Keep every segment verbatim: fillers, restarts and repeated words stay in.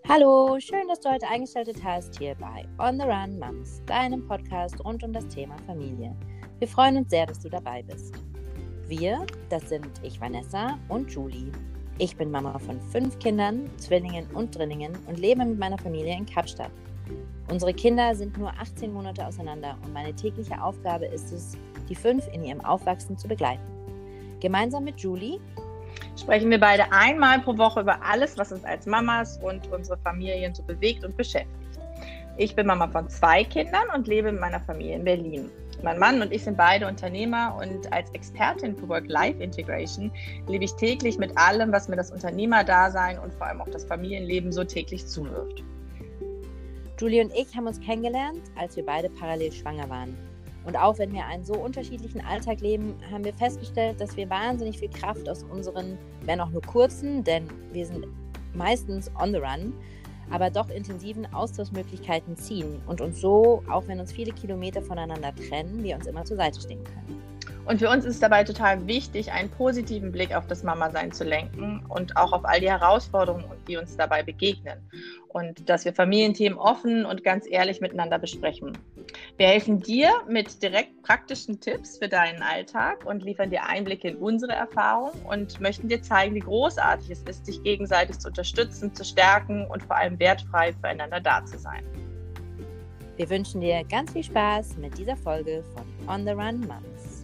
Hallo, schön, dass du heute eingeschaltet hast hier bei On the Run Moms, deinem Podcast rund um das Thema Familie. Wir freuen uns sehr, dass du dabei bist. Wir, das sind ich, Vanessa und Julie. Ich bin Mama von fünf Kindern, Zwillingen und Drillingen und lebe mit meiner Familie in Kapstadt. Unsere Kinder sind nur achtzehn Monate auseinander und meine tägliche Aufgabe ist es, die fünf in ihrem Aufwachsen zu begleiten. Gemeinsam mit Julie sprechen wir beide einmal pro Woche über alles, was uns als Mamas und unsere Familien so bewegt und beschäftigt. Ich bin Mama von zwei Kindern und lebe mit meiner Familie in Berlin. Mein Mann und ich sind beide Unternehmer und als Expertin für Work-Life-Integration lebe ich täglich mit allem, was mir das Unternehmerdasein und vor allem auch das Familienleben so täglich zuwirft. Julie und ich haben uns kennengelernt, als wir beide parallel schwanger waren. Und auch wenn wir einen so unterschiedlichen Alltag leben, haben wir festgestellt, dass wir wahnsinnig viel Kraft aus unseren, wenn auch nur kurzen, denn wir sind meistens on the run, aber doch intensiven Austauschmöglichkeiten ziehen und uns so, auch wenn uns viele Kilometer voneinander trennen, wir uns immer zur Seite stehen können. Und für uns ist es dabei total wichtig, einen positiven Blick auf das Mama-Sein zu lenken und auch auf all die Herausforderungen, die uns dabei begegnen. Und dass wir Familienthemen offen und ganz ehrlich miteinander besprechen. Wir helfen dir mit direkt praktischen Tipps für deinen Alltag und liefern dir Einblicke in unsere Erfahrung und möchten dir zeigen, wie großartig es ist, sich gegenseitig zu unterstützen, zu stärken und vor allem wertfrei füreinander da zu sein. Wir wünschen dir ganz viel Spaß mit dieser Folge von On the Run Moms.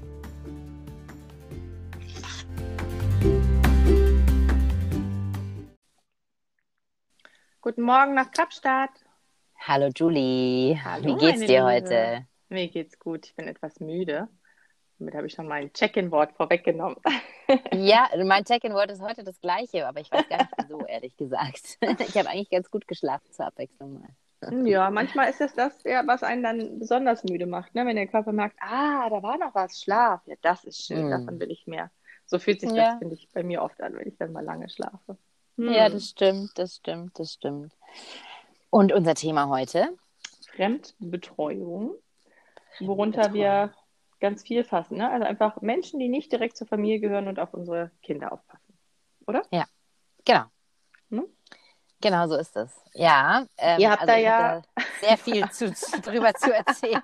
Guten Morgen nach Kapstadt. Hallo Julie, Hallo, wie geht's dir Liebe. heute? Mir geht's gut, ich bin etwas müde. Damit habe ich schon mein Check-in-Wort vorweggenommen. Ja, mein Check-in-Wort ist heute das gleiche, aber ich weiß gar nicht wieso, ehrlich gesagt. Ich habe eigentlich ganz gut geschlafen zur Abwechslung mal. Ja, manchmal ist das das, ja, was einen dann besonders müde macht, ne? Wenn der Körper merkt, ah, da war noch was, Schlaf. Ja, das ist schön, Mm. davon will ich mehr. So fühlt sich Ja. das, finde ich, bei mir oft an, wenn ich dann mal lange schlafe. Hm. Ja, das stimmt, das stimmt, das stimmt. Und unser Thema heute? Fremdbetreuung, worunter wir ganz viel fassen. Ne? Also einfach Menschen, die nicht direkt zur Familie gehören und auf unsere Kinder aufpassen. Oder? Ja, genau. Hm? Genau so ist es. Ja, ähm, Ihr habt also da ich ja habe da sehr viel zu, drüber zu erzählen.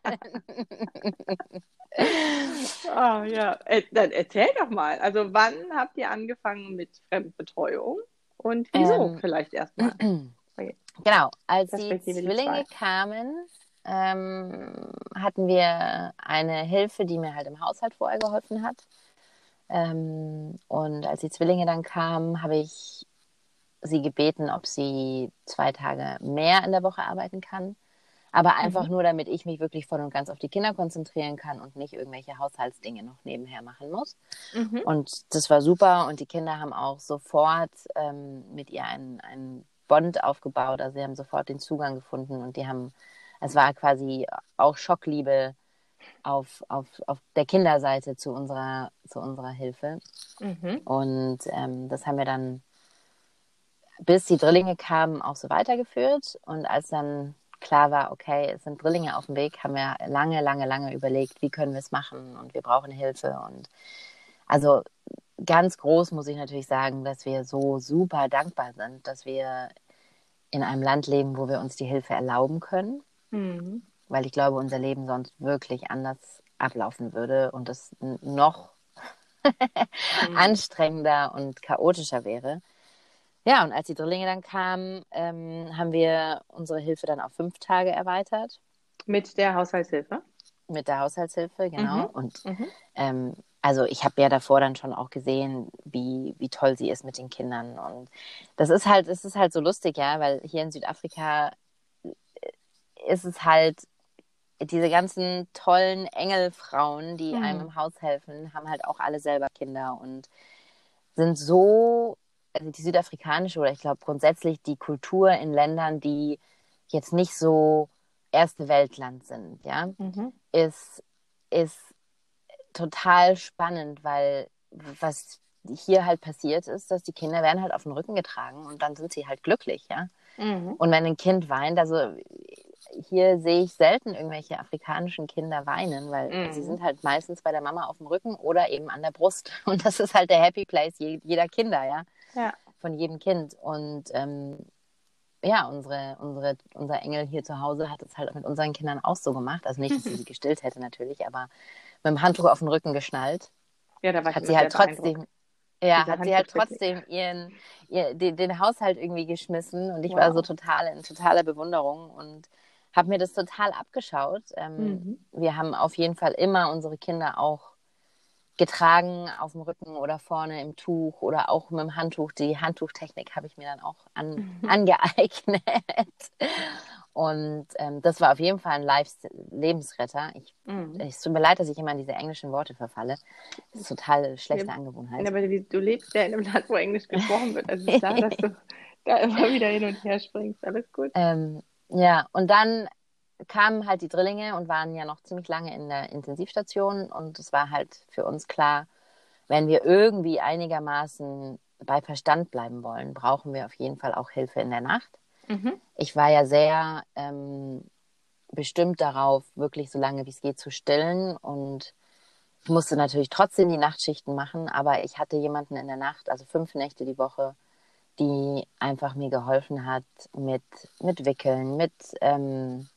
Ah, ja, äh, dann erzähl doch mal. Also wann habt ihr angefangen mit Fremdbetreuung und wieso Ähm, vielleicht erstmal? Genau, als die Perspektive die Zwillinge zwei. kamen, ähm, hatten wir eine Hilfe, die mir halt im Haushalt vorher geholfen hat. Ähm, und als die Zwillinge dann kamen, habe ich sie gebeten, ob sie zwei Tage mehr in der Woche arbeiten kann. Aber einfach Mhm. nur, damit ich mich wirklich voll und ganz auf die Kinder konzentrieren kann und nicht irgendwelche Haushaltsdinge noch nebenher machen muss. Mhm. Und das war super. Und die Kinder haben auch sofort ähm, mit ihr einen, einen Bond aufgebaut. Also sie haben sofort den Zugang gefunden. Und die haben, es war quasi auch Schockliebe auf, auf, auf der Kinderseite zu unserer, zu unserer Hilfe. Mhm. Und ähm, das haben wir dann, bis die Drillinge kamen, auch so weitergeführt. Und als dann klar war, okay, es sind Drillinge auf dem Weg, haben wir lange, lange, lange überlegt, wie können wir es machen und wir brauchen Hilfe. Und also ganz groß muss ich natürlich sagen, dass wir so super dankbar sind, dass wir in einem Land leben, wo wir uns die Hilfe erlauben können. Mhm. Weil ich glaube, unser Leben sonst wirklich anders ablaufen würde und es noch Mhm. anstrengender und chaotischer wäre. Ja, und als die Drillinge dann kamen, ähm, haben wir unsere Hilfe dann auf fünf Tage erweitert. Mit der Haushaltshilfe? Mit der Haushaltshilfe, genau. Mhm. Und Mhm. ähm, also ich habe ja davor dann schon auch gesehen, wie, wie toll sie ist mit den Kindern. Und das ist halt, es ist halt so lustig, ja, weil hier in Südafrika ist es halt, diese ganzen tollen Engelfrauen, die Mhm. einem im Haus helfen, haben halt auch alle selber Kinder und sind so, also die südafrikanische oder ich glaube grundsätzlich die Kultur in Ländern, die jetzt nicht so erste Weltland sind, ja, Mhm. ist, ist total spannend, weil was hier halt passiert ist, dass die Kinder werden halt auf den Rücken getragen und dann sind sie halt glücklich, ja. Mhm. Und wenn ein Kind weint, also hier sehe ich selten irgendwelche afrikanischen Kinder weinen, weil Mhm. sie sind halt meistens bei der Mama auf dem Rücken oder eben an der Brust. Und das ist halt der Happy Place jeder Kinder, ja, Ja. von jedem Kind. Und ähm, ja, unsere, unsere, unser Engel hier zu Hause hat es halt mit unseren Kindern auch so gemacht. Also nicht, dass sie sie gestillt hätte natürlich, aber mit dem Handtuch auf den Rücken geschnallt. Ja, da war ich Hat immer sie sehr halt beeindruckt. trotzdem, ja, Diese hat sie halt Handtüchtechnik. trotzdem ihren, ihr, den, den Haushalt irgendwie geschmissen und ich Wow. war so total in totaler Bewunderung und habe mir das total abgeschaut. Ähm, Mhm. wir haben auf jeden Fall immer unsere Kinder auch getragen auf dem Rücken oder vorne im Tuch oder auch mit dem Handtuch. Die Handtuchtechnik habe ich mir dann auch an, angeeignet. Und ähm, das war auf jeden Fall ein Lives Lebensretter. Ich, Mhm. es tut mir leid, dass ich immer in diese englischen Worte verfalle. Das ist total schlechte Ja, Angewohnheit. aber du, du lebst ja in einem Land, wo Englisch gesprochen wird. Also ist klar, dass du da immer wieder hin und her springst. Alles gut. ähm, ja, und dann kamen halt die Drillinge und waren ja noch ziemlich lange in der Intensivstation. Und es war halt für uns klar, wenn wir irgendwie einigermaßen bei Verstand bleiben wollen, brauchen wir auf jeden Fall auch Hilfe in der Nacht. Mhm. Ich war ja sehr ähm, bestimmt darauf, wirklich so lange wie es geht zu stillen und ich musste natürlich trotzdem die Nachtschichten machen, aber ich hatte jemanden in der Nacht, also fünf Nächte die Woche, die einfach mir geholfen hat mit, mit Wickeln, mit, ähm,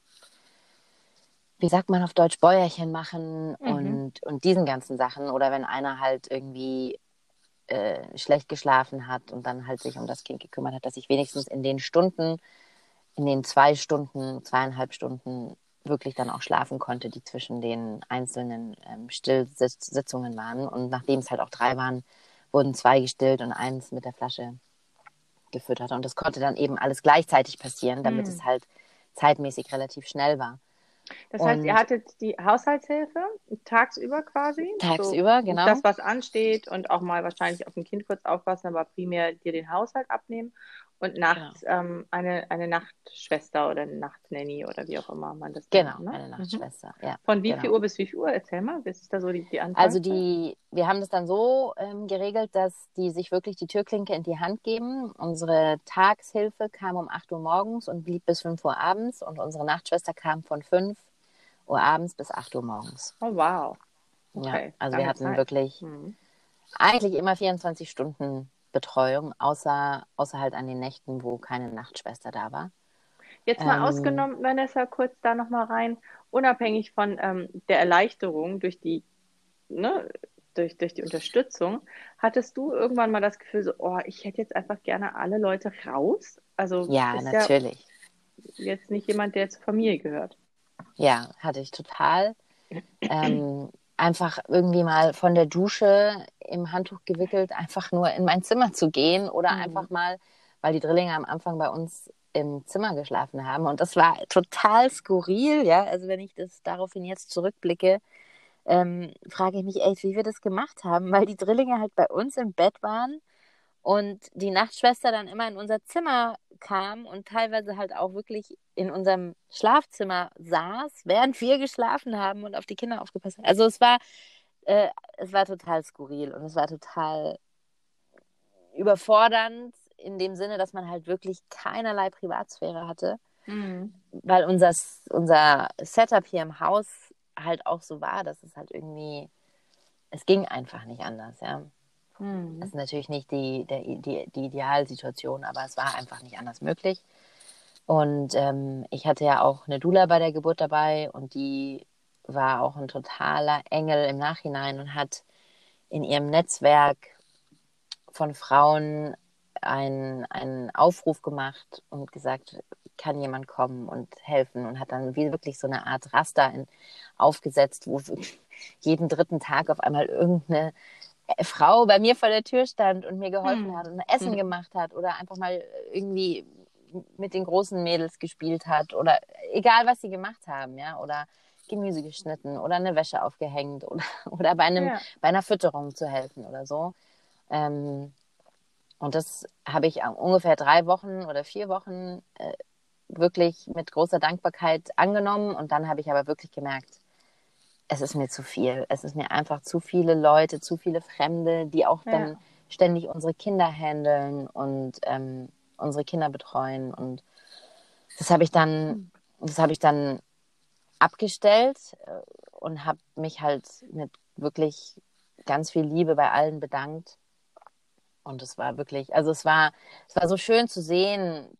wie sagt man auf Deutsch, Bäuerchen machen Mhm. und, und diesen ganzen Sachen. Oder wenn einer halt irgendwie äh, schlecht geschlafen hat und dann halt sich um das Kind gekümmert hat, dass ich wenigstens in den Stunden, in den zwei Stunden, zweieinhalb Stunden wirklich dann auch schlafen konnte, die zwischen den einzelnen ähm, Stillsitzungen waren. Und nachdem es halt auch drei waren, wurden zwei gestillt und eins mit der Flasche gefüttert. Und das konnte dann eben alles gleichzeitig passieren, damit Mhm. es halt zeitmäßig relativ schnell war. Das heißt, ihr Und hattet die Haushaltshilfe tagsüber quasi, so tagsüber, genau. das, was ansteht und auch mal wahrscheinlich auf ein Kind kurz aufpassen, aber primär dir den Haushalt abnehmen und Genau. nachts ähm, eine, eine Nachtschwester oder eine Nachtnanny oder wie auch immer man das Genau, nennt, ne? eine Mhm. Nachtschwester. Ja, Von wie viel genau. Uhr bis wie viel Uhr? Erzähl mal, was ist da so die, die Also Anfangszeit? die, wir haben das dann so ähm, geregelt, dass die sich wirklich die Türklinke in die Hand geben. Unsere Tagshilfe kam um acht Uhr morgens und blieb bis fünf Uhr abends und unsere Nachtschwester kam von fünf Uhr abends bis acht Uhr morgens. Oh, wow. Ja, Okay, also wir lange hatten Zeit. wirklich Mhm. eigentlich immer vierundzwanzig Stunden Betreuung, außer, außer halt an den Nächten, wo keine Nachtschwester da war. Jetzt mal Ähm, ausgenommen, Vanessa, kurz da nochmal rein, unabhängig von ähm, der Erleichterung durch die, ne, durch, durch die Unterstützung, hattest du irgendwann mal das Gefühl, so, oh, ich hätte jetzt einfach gerne alle Leute raus? Also ja, bist ja natürlich. jetzt nicht jemand, der zur Familie gehört. Ja, hatte ich total. Ähm, einfach irgendwie mal von der Dusche im Handtuch gewickelt, einfach nur in mein Zimmer zu gehen oder Mhm. einfach mal, weil die Drillinge am Anfang bei uns im Zimmer geschlafen haben. Und das war total skurril, ja. Also wenn ich das daraufhin jetzt zurückblicke, ähm, frage ich mich echt, wie wir das gemacht haben, weil die Drillinge halt bei uns im Bett waren und die Nachtschwester dann immer in unser Zimmer kam und teilweise halt auch wirklich in unserem Schlafzimmer saß, während wir geschlafen haben und auf die Kinder aufgepasst hat. Also es war, äh, es war total skurril und es war total überfordernd in dem Sinne, dass man halt wirklich keinerlei Privatsphäre hatte, Mhm. weil unser, unser Setup hier im Haus halt auch so war, dass es halt irgendwie, es ging einfach nicht anders, ja. Das Mhm. ist natürlich nicht die, der, die, die Idealsituation, aber es war einfach nicht anders möglich. Und ähm, ich hatte ja auch eine Doula bei der Geburt dabei und die war auch ein totaler Engel im Nachhinein und hat in ihrem Netzwerk von Frauen einen, einen Aufruf gemacht und gesagt, kann jemand kommen und helfen und hat dann wie wirklich so eine Art Raster in, aufgesetzt, wo jeden dritten Tag auf einmal irgendeine Frau bei mir vor der Tür stand und mir geholfen Mhm. hat und Essen Mhm. gemacht hat oder einfach mal irgendwie mit den großen Mädels gespielt hat oder egal, was sie gemacht haben, ja, oder Gemüse geschnitten oder eine Wäsche aufgehängt oder, oder bei, einem, Ja. bei einer Fütterung zu helfen oder so. Ähm, und das habe ich ungefähr drei Wochen oder vier Wochen äh, wirklich mit großer Dankbarkeit angenommen und dann habe ich aber wirklich gemerkt, es ist mir zu viel. Es ist mir einfach zu viele Leute, zu viele Fremde, die auch Ja. dann ständig unsere Kinder handeln und ähm, unsere Kinder betreuen. Und das habe ich dann, das habe ich dann abgestellt äh, und habe mich halt mit wirklich ganz viel Liebe bei allen bedankt. Und es war wirklich, also es war, es war so schön zu sehen,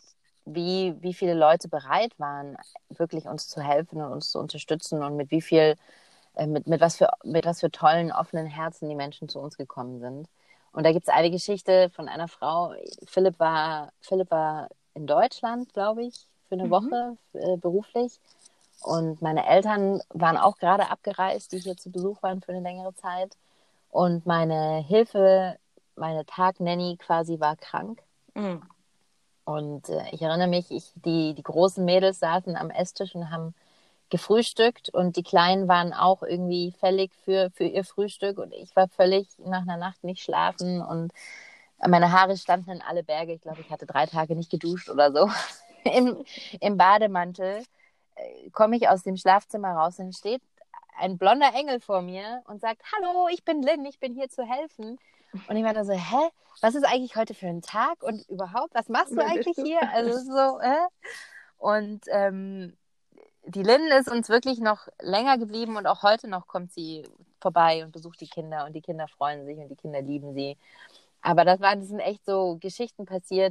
wie, wie viele Leute bereit waren, wirklich uns zu helfen und uns zu unterstützen und mit wie viel, äh, mit, mit was für, mit was für tollen, offenen Herzen die Menschen zu uns gekommen sind. Und da gibt es eine Geschichte von einer Frau. Philipp war, Philipp war in Deutschland, glaube ich, für eine Mhm. Woche äh, beruflich. Und meine Eltern waren auch gerade abgereist, die hier zu Besuch waren für eine längere Zeit. Und meine Hilfe, meine Tagnanny quasi war krank. Mhm. Und äh, ich erinnere mich, ich, die, die großen Mädels saßen am Esstisch und haben gefrühstückt und die Kleinen waren auch irgendwie fällig für, für ihr Frühstück und ich war völlig nach einer Nacht nicht schlafen und meine Haare standen in alle Berge. Ich glaube, ich hatte drei Tage nicht geduscht oder so. Im, im Bademantel äh, komme ich aus dem Schlafzimmer raus und steht ein blonder Engel vor mir und sagt, hallo, ich bin Lynn, ich bin hier zu helfen. Und ich war da so, hä, was ist eigentlich heute für ein Tag und überhaupt, was machst du Wer bist eigentlich du? hier? Also so, hä? Und ähm, die Lynn ist uns wirklich noch länger geblieben und auch heute noch kommt sie vorbei und besucht die Kinder und die Kinder freuen sich und die Kinder lieben sie. Aber das, war, das sind echt so Geschichten passiert,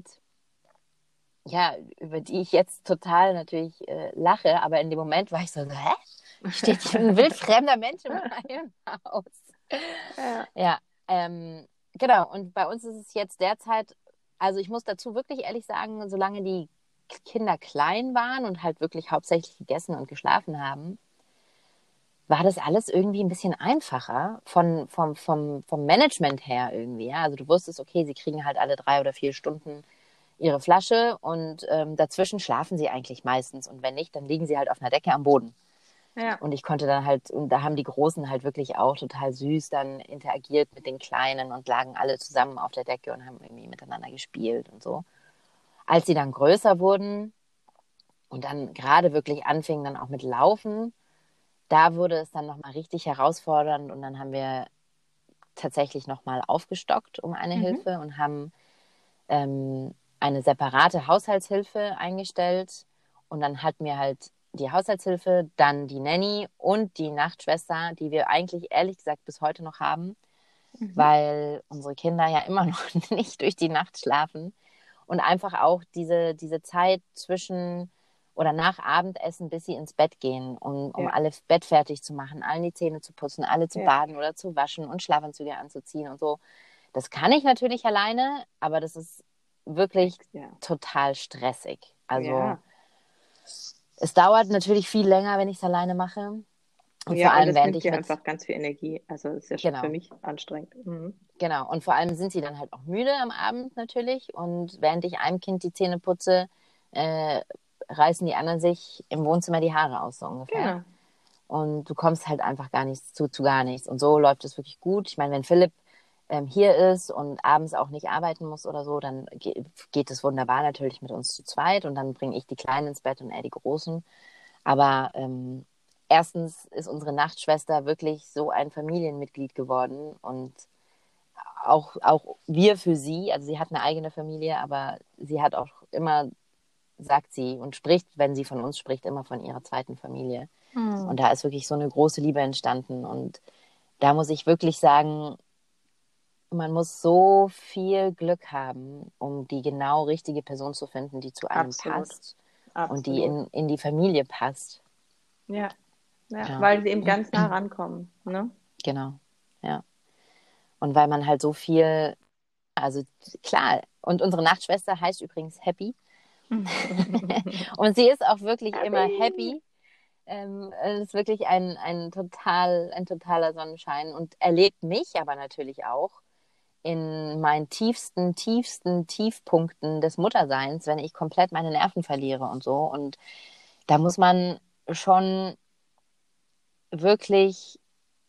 ja, über die ich jetzt total natürlich äh, lache, aber in dem Moment war ich so, hä? Steht hier ein wildfremder Mensch in meinem Haus? Ja. Ja, ähm, genau. Und bei uns ist es jetzt derzeit, also ich muss dazu wirklich ehrlich sagen, solange die Kinder klein waren und halt wirklich hauptsächlich gegessen und geschlafen haben, war das alles irgendwie ein bisschen einfacher von, vom, vom, vom Management her irgendwie. Ja? Also du wusstest, okay, sie kriegen halt alle drei oder vier Stunden ihre Flasche und ähm, dazwischen schlafen sie eigentlich meistens. Und wenn nicht, dann liegen sie halt auf einer Decke am Boden. Ja. Und ich konnte dann halt, und da haben die Großen halt wirklich auch total süß dann interagiert mit den Kleinen und lagen alle zusammen auf der Decke und haben irgendwie miteinander gespielt und so. Als sie dann größer wurden und dann gerade wirklich anfingen dann auch mit Laufen, da wurde es dann nochmal richtig herausfordernd und dann haben wir tatsächlich nochmal aufgestockt um eine Mhm. Hilfe und haben ähm, eine separate Haushaltshilfe eingestellt und dann hatten wir halt die Haushaltshilfe, dann die Nanny und die Nachtschwester, die wir eigentlich ehrlich gesagt bis heute noch haben, Mhm. weil unsere Kinder ja immer noch nicht durch die Nacht schlafen und einfach auch diese, diese Zeit zwischen oder nach Abendessen, bis sie ins Bett gehen, um, um Ja. alle Bett fertig zu machen, allen die Zähne zu putzen, alle zu Ja. baden oder zu waschen und Schlafanzüge anzuziehen und so. Das kann ich natürlich alleine, aber das ist wirklich Ja. total stressig. Also Ja. es dauert natürlich viel länger, wenn ich es alleine mache. Und Ja, vor und allem, das während nimmt ich dir mit, einfach ganz viel Energie. Also das ist ja schon für genau, mich anstrengend. Mhm. genau. Und vor allem sind sie dann halt auch müde am Abend natürlich. Und während ich einem Kind die Zähne putze, äh, reißen die anderen sich im Wohnzimmer die Haare aus, so ungefähr. Genau. Und du kommst halt einfach gar nichts zu, zu gar nichts. Und so läuft es wirklich gut. Ich meine, wenn Philipp ähm, hier ist und abends auch nicht arbeiten muss oder so, dann ge- geht es wunderbar natürlich mit uns zu zweit. Und dann bringe ich die Kleinen ins Bett und er die Großen. Aber ähm, erstens ist unsere Nachtschwester wirklich so ein Familienmitglied geworden und auch, auch wir für sie, also sie hat eine eigene Familie, aber sie hat auch immer, sagt sie und spricht, wenn sie von uns spricht, immer von ihrer zweiten Familie. Mhm. Und da ist wirklich so eine große Liebe entstanden. Und da muss ich wirklich sagen, man muss so viel Glück haben, um die genau richtige Person zu finden, die zu einem Absolut. passt und die Absolut. in, in die Familie passt. Ja. Ja, Ja, weil sie eben ganz nah rankommen. Ne? genau. Ja. Und weil man halt so viel, also klar, und unsere Nachtschwester heißt übrigens Happy. Und sie ist auch wirklich immer happy. Ähm, es ist wirklich ein, ein, total, ein totaler Sonnenschein und erlebt mich aber natürlich auch in meinen tiefsten, tiefsten Tiefpunkten des Mutterseins, wenn ich komplett meine Nerven verliere und so. Und da muss man schon wirklich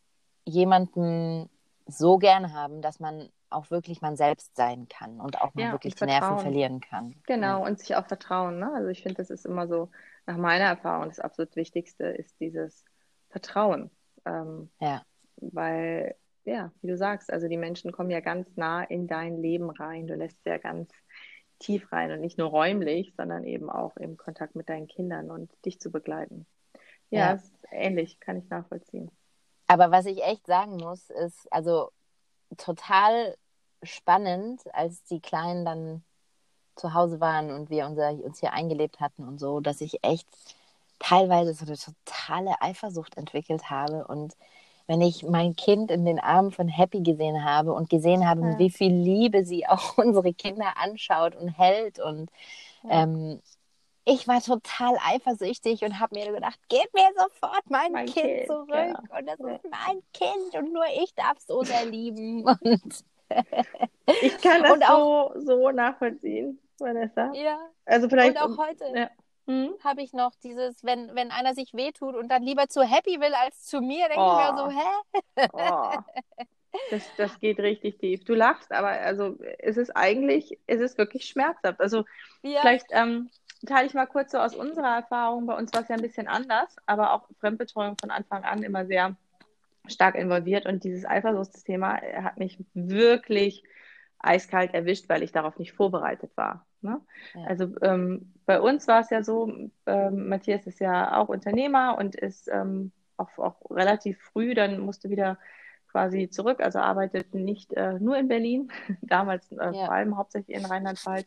jemanden so gern haben, dass man auch wirklich man selbst sein kann und auch mal Ja, wirklich und die Nerven Vertrauen. verlieren kann. Genau, Ja, und sich auch vertrauen. Ne? Also ich finde, das ist immer so, nach meiner Erfahrung, das absolut Wichtigste ist dieses Vertrauen. Ähm, ja, weil, ja, wie du sagst, also die Menschen kommen ja ganz nah in dein Leben rein. Du lässt sie ja ganz tief rein und nicht nur räumlich, sondern eben auch im Kontakt mit deinen Kindern und dich zu begleiten. Ja, ja. ist ähnlich, kann ich nachvollziehen. Aber was ich echt sagen muss, ist also total spannend, als die Kleinen dann zu Hause waren und wir unser, uns hier eingelebt hatten und so, dass ich echt teilweise so eine totale Eifersucht entwickelt habe. Und wenn ich mein Kind in den Armen von Happy gesehen habe und gesehen habe, mit Ja. wie viel Liebe sie auch unsere Kinder anschaut und hält und Ja. ähm, ich war total eifersüchtig und habe mir gedacht, gib mir sofort mein, Mein Kind, Kind, zurück genau. und das Ja. ist mein Kind und nur ich darf es so sehr lieben. Und, Ich kann das und auch, so, so nachvollziehen, Vanessa. ja, Also und vielleicht, auch um, heute ja. Hm? habe ich noch dieses, wenn, wenn einer sich wehtut und dann lieber zu Happy will als zu mir, denke ich mir so, Oh, hä? oh. Das, das geht richtig tief. Du lachst, aber also es ist eigentlich, es ist wirklich schmerzhaft. Also Ja, vielleicht ähm, teile ich mal kurz so aus unserer Erfahrung. Bei uns war es ja ein bisschen anders, aber auch Fremdbetreuung von Anfang an immer sehr stark involviert. Und dieses Eifersuchtsthema äh, hat mich wirklich eiskalt erwischt, weil ich darauf nicht vorbereitet war. Ne? ja, Also ähm, bei uns war es ja so, ähm, Matthias ist ja auch Unternehmer und ist ähm, auch, auch relativ früh, dann musste wieder quasi zurück, also arbeitet nicht äh, nur in Berlin, damals äh, ja, vor allem hauptsächlich in Rheinland-Pfalz.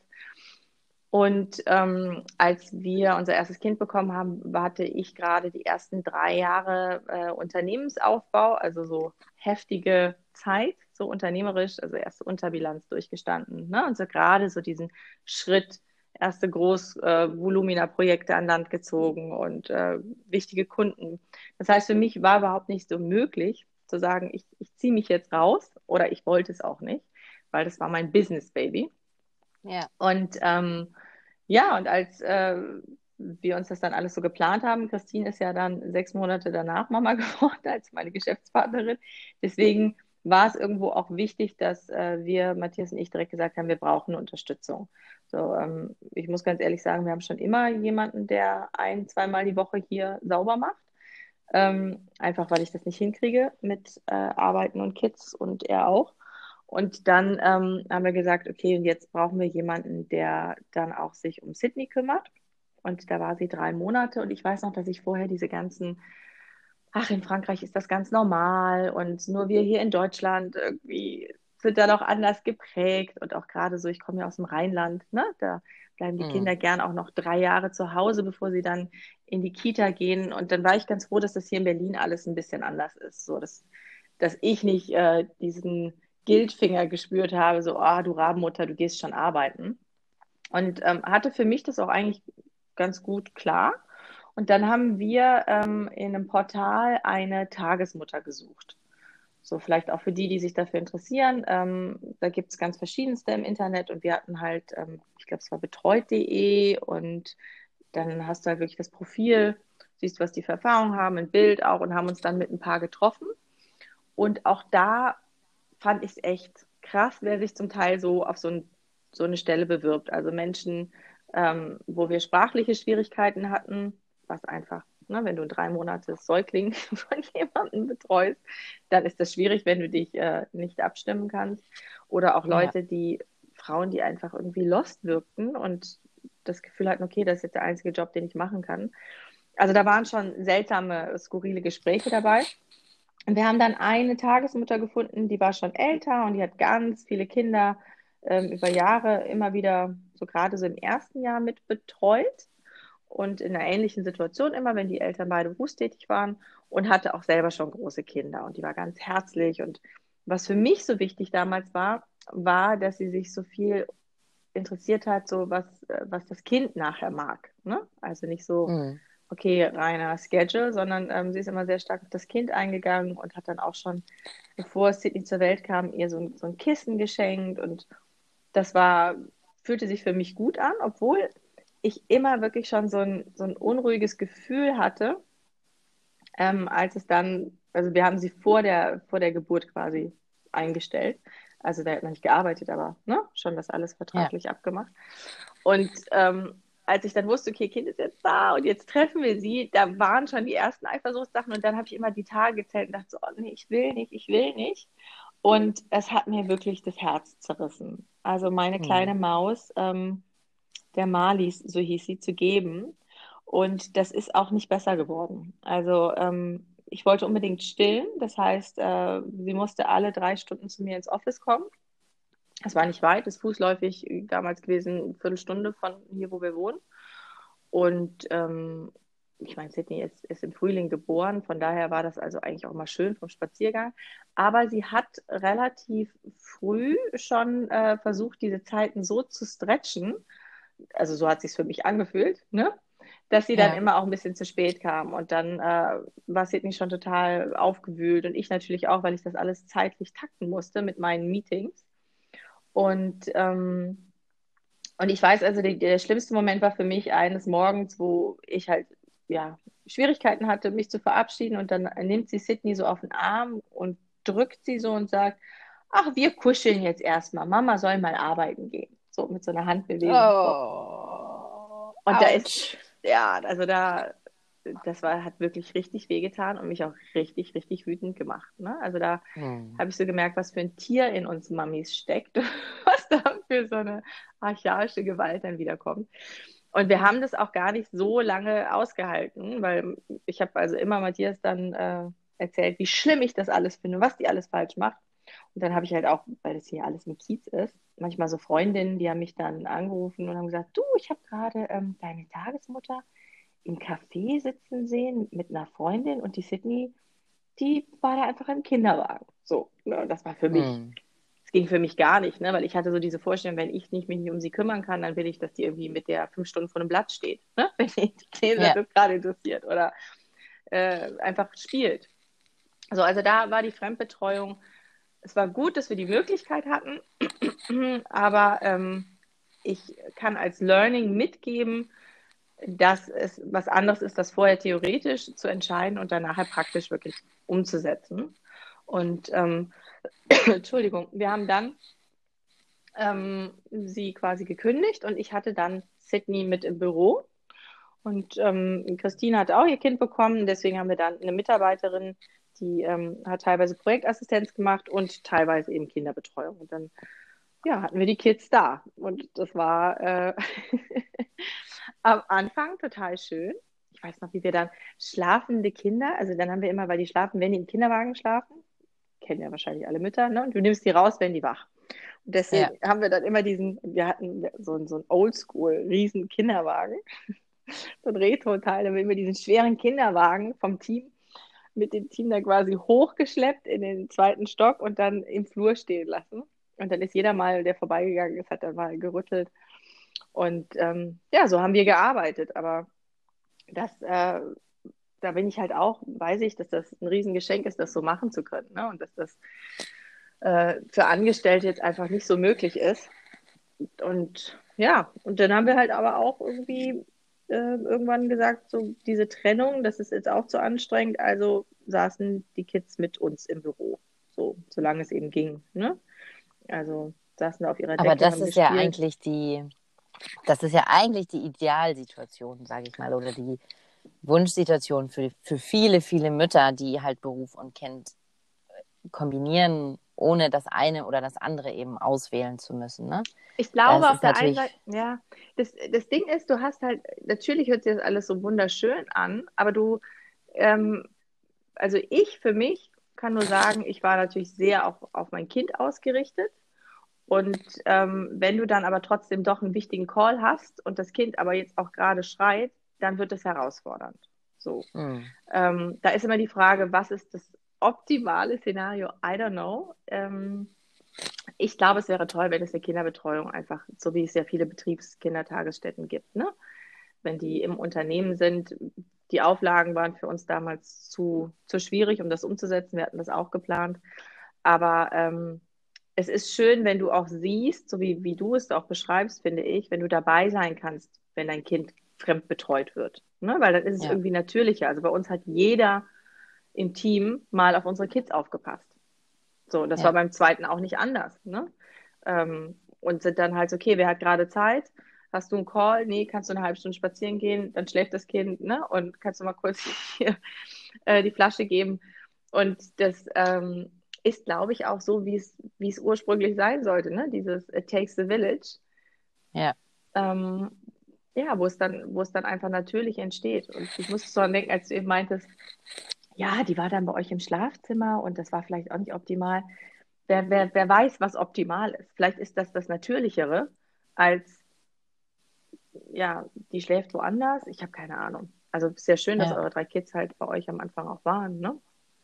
Und ähm, als wir unser erstes Kind bekommen haben, hatte ich gerade die ersten drei Jahre äh, Unternehmensaufbau, also so heftige Zeit, so unternehmerisch, also erste Unterbilanz durchgestanden. Ne? Und so gerade so diesen Schritt, erste Groß-Volumina-Projekte äh, an Land gezogen und äh, wichtige Kunden. Das heißt, für mich war überhaupt nicht so möglich zu sagen, ich, ich ziehe mich jetzt raus oder ich wollte es auch nicht, weil das war mein Business-Baby. ja, Und ähm, ja, und als äh, wir uns das dann alles so geplant haben, Christine ist ja dann sechs Monate danach Mama geworden als meine Geschäftspartnerin. Deswegen war es irgendwo auch wichtig, dass äh, wir, Matthias und ich, direkt gesagt haben, wir brauchen Unterstützung. So, ähm, ich muss ganz ehrlich sagen, wir haben schon immer jemanden, der ein, zweimal die Woche hier sauber macht. Ähm, einfach weil ich das nicht hinkriege mit äh, Arbeiten und Kids und er auch. Und dann ähm, haben wir gesagt, okay, und jetzt brauchen wir jemanden, der dann auch sich um Sydney kümmert. Und da war sie drei Monate und ich weiß noch, dass ich vorher diese ganzen, ach, in Frankreich ist das ganz normal und nur wir hier in Deutschland irgendwie sind da noch anders geprägt und auch gerade so, ich komme ja aus dem Rheinland, ne? Da bleiben die mm, Kinder gern auch noch drei Jahre zu Hause, bevor sie dann in die Kita gehen. Und dann war ich ganz froh, dass das hier in Berlin alles ein bisschen anders ist, so dass, dass ich nicht äh, diesen Guiltfinger gespürt habe, so, ah, du Rabenmutter, du gehst schon arbeiten. Und ähm, hatte für mich das auch eigentlich ganz gut klar. Und dann haben wir ähm, in einem Portal eine Tagesmutter gesucht. So vielleicht auch für die, die sich dafür interessieren. Ähm, da gibt es ganz verschiedenste im Internet und wir hatten halt, ähm, ich glaube, es war betreut punkt de und dann hast du halt wirklich das Profil, siehst, was die für Erfahrungen haben, ein Bild auch und haben uns dann mit ein paar getroffen. Und auch da fand ich es echt krass, wer sich zum Teil so auf so, ein, so eine Stelle bewirbt. Also Menschen, ähm, wo wir sprachliche Schwierigkeiten hatten, was einfach, ne, wenn du ein drei Monate Säugling von jemandem betreust, dann ist das schwierig, wenn du dich äh, nicht abstimmen kannst. Oder auch ja, Leute, die, Frauen, die einfach irgendwie lost wirkten und das Gefühl hatten, okay, das ist jetzt der einzige Job, den ich machen kann. Also da waren schon seltsame, skurrile Gespräche dabei. Und wir haben dann eine Tagesmutter gefunden, die war schon älter und die hat ganz viele Kinder ähm, über Jahre immer wieder, so gerade so im ersten Jahr mit betreut und in einer ähnlichen Situation immer, wenn die Eltern beide berufstätig waren und hatte auch selber schon große Kinder und die war ganz herzlich. Und was für mich so wichtig damals war, war, dass sie sich so viel interessiert hat, so was, äh, was das Kind nachher mag. Ne? Also nicht so, mm, okay, reiner Schedule, sondern ähm, sie ist immer sehr stark auf das Kind eingegangen und hat dann auch schon, bevor Sydney zur Welt kam, ihr so ein, so ein Kissen geschenkt und das war, fühlte sich für mich gut an, obwohl ich immer wirklich schon so ein, so ein unruhiges Gefühl hatte, ähm, als es dann, also wir haben sie vor der, vor der Geburt quasi eingestellt. Also da hat man nicht gearbeitet, aber ne, schon das alles ja, vertraglich abgemacht. Und ähm, als ich dann wusste, okay, Kind ist jetzt da und jetzt treffen wir sie, da waren schon die ersten Eifersuchtssachen und dann habe ich immer die Tage gezählt und dachte so, oh nee, ich will nicht, ich will nicht. Und es hat mir wirklich das Herz zerrissen. Also meine mm, kleine Maus, ähm, der Marlies, so hieß sie, zu geben. Und das ist auch nicht besser geworden. Also ähm, ich wollte unbedingt stillen. Das heißt, äh, sie musste alle drei Stunden zu mir ins Office kommen. Das war nicht weit, das ist fußläufig damals gewesen, eine Viertelstunde von hier, wo wir wohnen. Und ähm, ich meine, Sydney ist, ist im Frühling geboren, von daher war das also eigentlich auch mal schön vom Spaziergang. Aber sie hat relativ früh schon äh, versucht, diese Zeiten so zu stretchen, also so hat es sich für mich angefühlt, ne? Dass sie dann Ja. immer auch ein bisschen zu spät kam. Und dann äh, war Sydney schon total aufgewühlt und ich natürlich auch, weil ich das alles zeitlich takten musste mit meinen Meetings. Und, ähm, und ich weiß also, die, der schlimmste Moment war für mich eines Morgens, wo ich halt ja, Schwierigkeiten hatte, mich zu verabschieden. Und dann nimmt sie Sydney so auf den Arm und drückt sie so und sagt, ach, wir kuscheln jetzt erstmal. Mama soll mal arbeiten gehen. So mit so einer Handbewegung. Oh, Und da ist, ouch. ja, also da, das war, hat wirklich richtig wehgetan und mich auch richtig, richtig wütend gemacht. Ne? Also da Hm. habe ich so gemerkt, was für ein Tier in uns Mamis steckt, was da für so eine archaische Gewalt dann wiederkommt. Und wir haben das auch gar nicht so lange ausgehalten, weil ich habe also immer Matthias dann äh, erzählt, wie schlimm ich das alles finde, was die alles falsch macht. Und dann habe ich halt auch, weil das hier alles im Kiez ist, manchmal so Freundinnen, die haben mich dann angerufen und haben gesagt, du, ich habe gerade ähm, deine Tagesmutter im Café sitzen sehen mit einer Freundin und die Sydney, die war da einfach im Kinderwagen. So, ne, das war für mich, Hm. es ging für mich gar nicht, ne, weil ich hatte so diese Vorstellung, wenn ich nicht, mich nicht um sie kümmern kann, dann will ich, dass die irgendwie mit der fünf Stunden vor dem Blatt steht, ne, wenn ich lese, Ja. das gerade interessiert oder äh, einfach spielt. So, also da war die Fremdbetreuung, es war gut, dass wir die Möglichkeit hatten, aber ähm, ich kann als Learning mitgeben, dass es was anderes ist, das vorher theoretisch zu entscheiden und dann nachher praktisch wirklich umzusetzen. Und ähm, Entschuldigung, wir haben dann ähm, sie quasi gekündigt und ich hatte dann Sydney mit im Büro. Und ähm, Christine hat auch ihr Kind bekommen, deswegen haben wir dann eine Mitarbeiterin, die ähm, hat teilweise Projektassistenz gemacht und teilweise eben Kinderbetreuung. Und dann ja, hatten wir die Kids da. Und das war äh, am Anfang total schön. Ich weiß noch, wie wir dann schlafende Kinder, also dann haben wir immer, weil die schlafen, wenn die im Kinderwagen schlafen, kennen ja wahrscheinlich alle Mütter, ne? Und du nimmst die raus, wenn die wach. Und Ja. deswegen haben wir dann immer diesen, wir hatten so, so einen Oldschool, riesen Kinderwagen, so ein Retro-Teil, da haben wir immer diesen schweren Kinderwagen vom Team mit dem Team dann quasi hochgeschleppt in den zweiten Stock und dann im Flur stehen lassen. Und dann ist jeder mal, der vorbeigegangen ist, hat dann mal gerüttelt. Und ähm, ja, so haben wir gearbeitet. Aber das, äh, da bin ich halt auch, weiß ich, dass das ein Riesengeschenk ist, das so machen zu können. Ne? Und dass das äh, für Angestellte jetzt einfach nicht so möglich ist. Und ja, und dann haben wir halt aber auch irgendwie äh, irgendwann gesagt, so diese Trennung, das ist jetzt auch zu anstrengend. Also saßen die Kids mit uns im Büro, so solange es eben ging. Ne? Also saßen da auf ihrer Aber Decke, das haben ist ja gespielt. eigentlich die, das ist ja eigentlich die Idealsituation, sage ich mal, oder die Wunschsituation für, für viele, viele Mütter, die halt Beruf und Kind kombinieren, ohne das eine oder das andere eben auswählen zu müssen. Ne? Ich glaube Das auf ist der einen natürlich, Seite, ja, das, das Ding ist, du hast halt, natürlich hört sich das alles so wunderschön an, aber du, ähm, also ich für mich kann nur sagen, ich war natürlich sehr auf, auf mein Kind ausgerichtet. Und ähm, wenn du dann aber trotzdem doch einen wichtigen Call hast und das Kind aber jetzt auch gerade schreit, dann wird es herausfordernd. So. hm, Ähm, da ist immer die Frage, was ist das optimale Szenario? I don't know. Ähm, ich glaube, es wäre toll, wenn es eine Kinderbetreuung einfach, so wie es ja viele Betriebskindertagesstätten gibt, ne? Wenn die im Unternehmen sind. Die Auflagen waren für uns damals zu, zu schwierig, um das umzusetzen. Wir hatten das auch geplant. Aber ähm, es ist schön, wenn du auch siehst, so wie, wie du es auch beschreibst, finde ich, wenn du dabei sein kannst, wenn dein Kind fremd betreut wird. Ne? Weil dann ist es ja, irgendwie natürlicher. Also bei uns hat jeder im Team mal auf unsere Kids aufgepasst. So, das war ja. beim zweiten auch nicht anders. Ne? Ähm, und sind dann halt so, okay, wer hat gerade Zeit? Hast du einen Call? Nee, kannst du eine halbe Stunde spazieren gehen? Dann schläft das Kind, ne? Und kannst du mal kurz hier äh, die Flasche geben. Und das ähm, ist, glaube ich, auch so, wie es, wie es ursprünglich sein sollte, ne? Dieses It takes the village. Ja. Ähm, ja, wo es dann, wo es dann einfach natürlich entsteht. Und ich musste so dran denken, als du eben meintest, ja, die war dann bei euch im Schlafzimmer und das war vielleicht auch nicht optimal. wer, wer, wer weiß, was optimal ist. Vielleicht ist das das Natürlichere als, ja, die schläft woanders. Ich habe keine Ahnung. Also es ist sehr schön, dass Ja. eure drei Kids halt bei euch am Anfang auch waren, ne?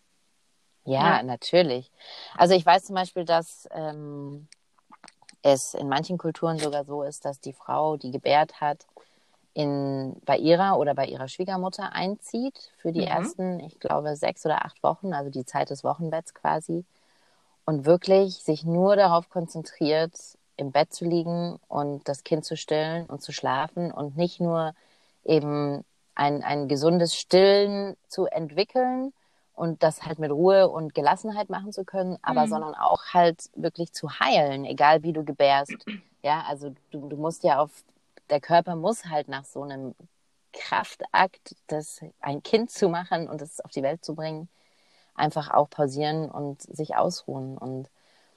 Ja, Ja. natürlich. Also ich weiß zum Beispiel, dass ähm, es in manchen Kulturen sogar so ist, dass die Frau, die gebärt hat, in, bei ihrer oder bei ihrer Schwiegermutter einzieht für die Mhm. ersten, ich glaube, sechs oder acht Wochen, also die Zeit des Wochenbetts quasi. Und wirklich sich nur darauf konzentriert, im Bett zu liegen und das Kind zu stillen und zu schlafen und nicht nur eben ein, ein gesundes Stillen zu entwickeln und das halt mit Ruhe und Gelassenheit machen zu können, aber Mhm. sondern auch halt wirklich zu heilen, egal wie du gebärst. Ja, also du, du musst ja auf, der Körper muss halt nach so einem Kraftakt, das ein Kind zu machen und es auf die Welt zu bringen, einfach auch pausieren und sich ausruhen. Und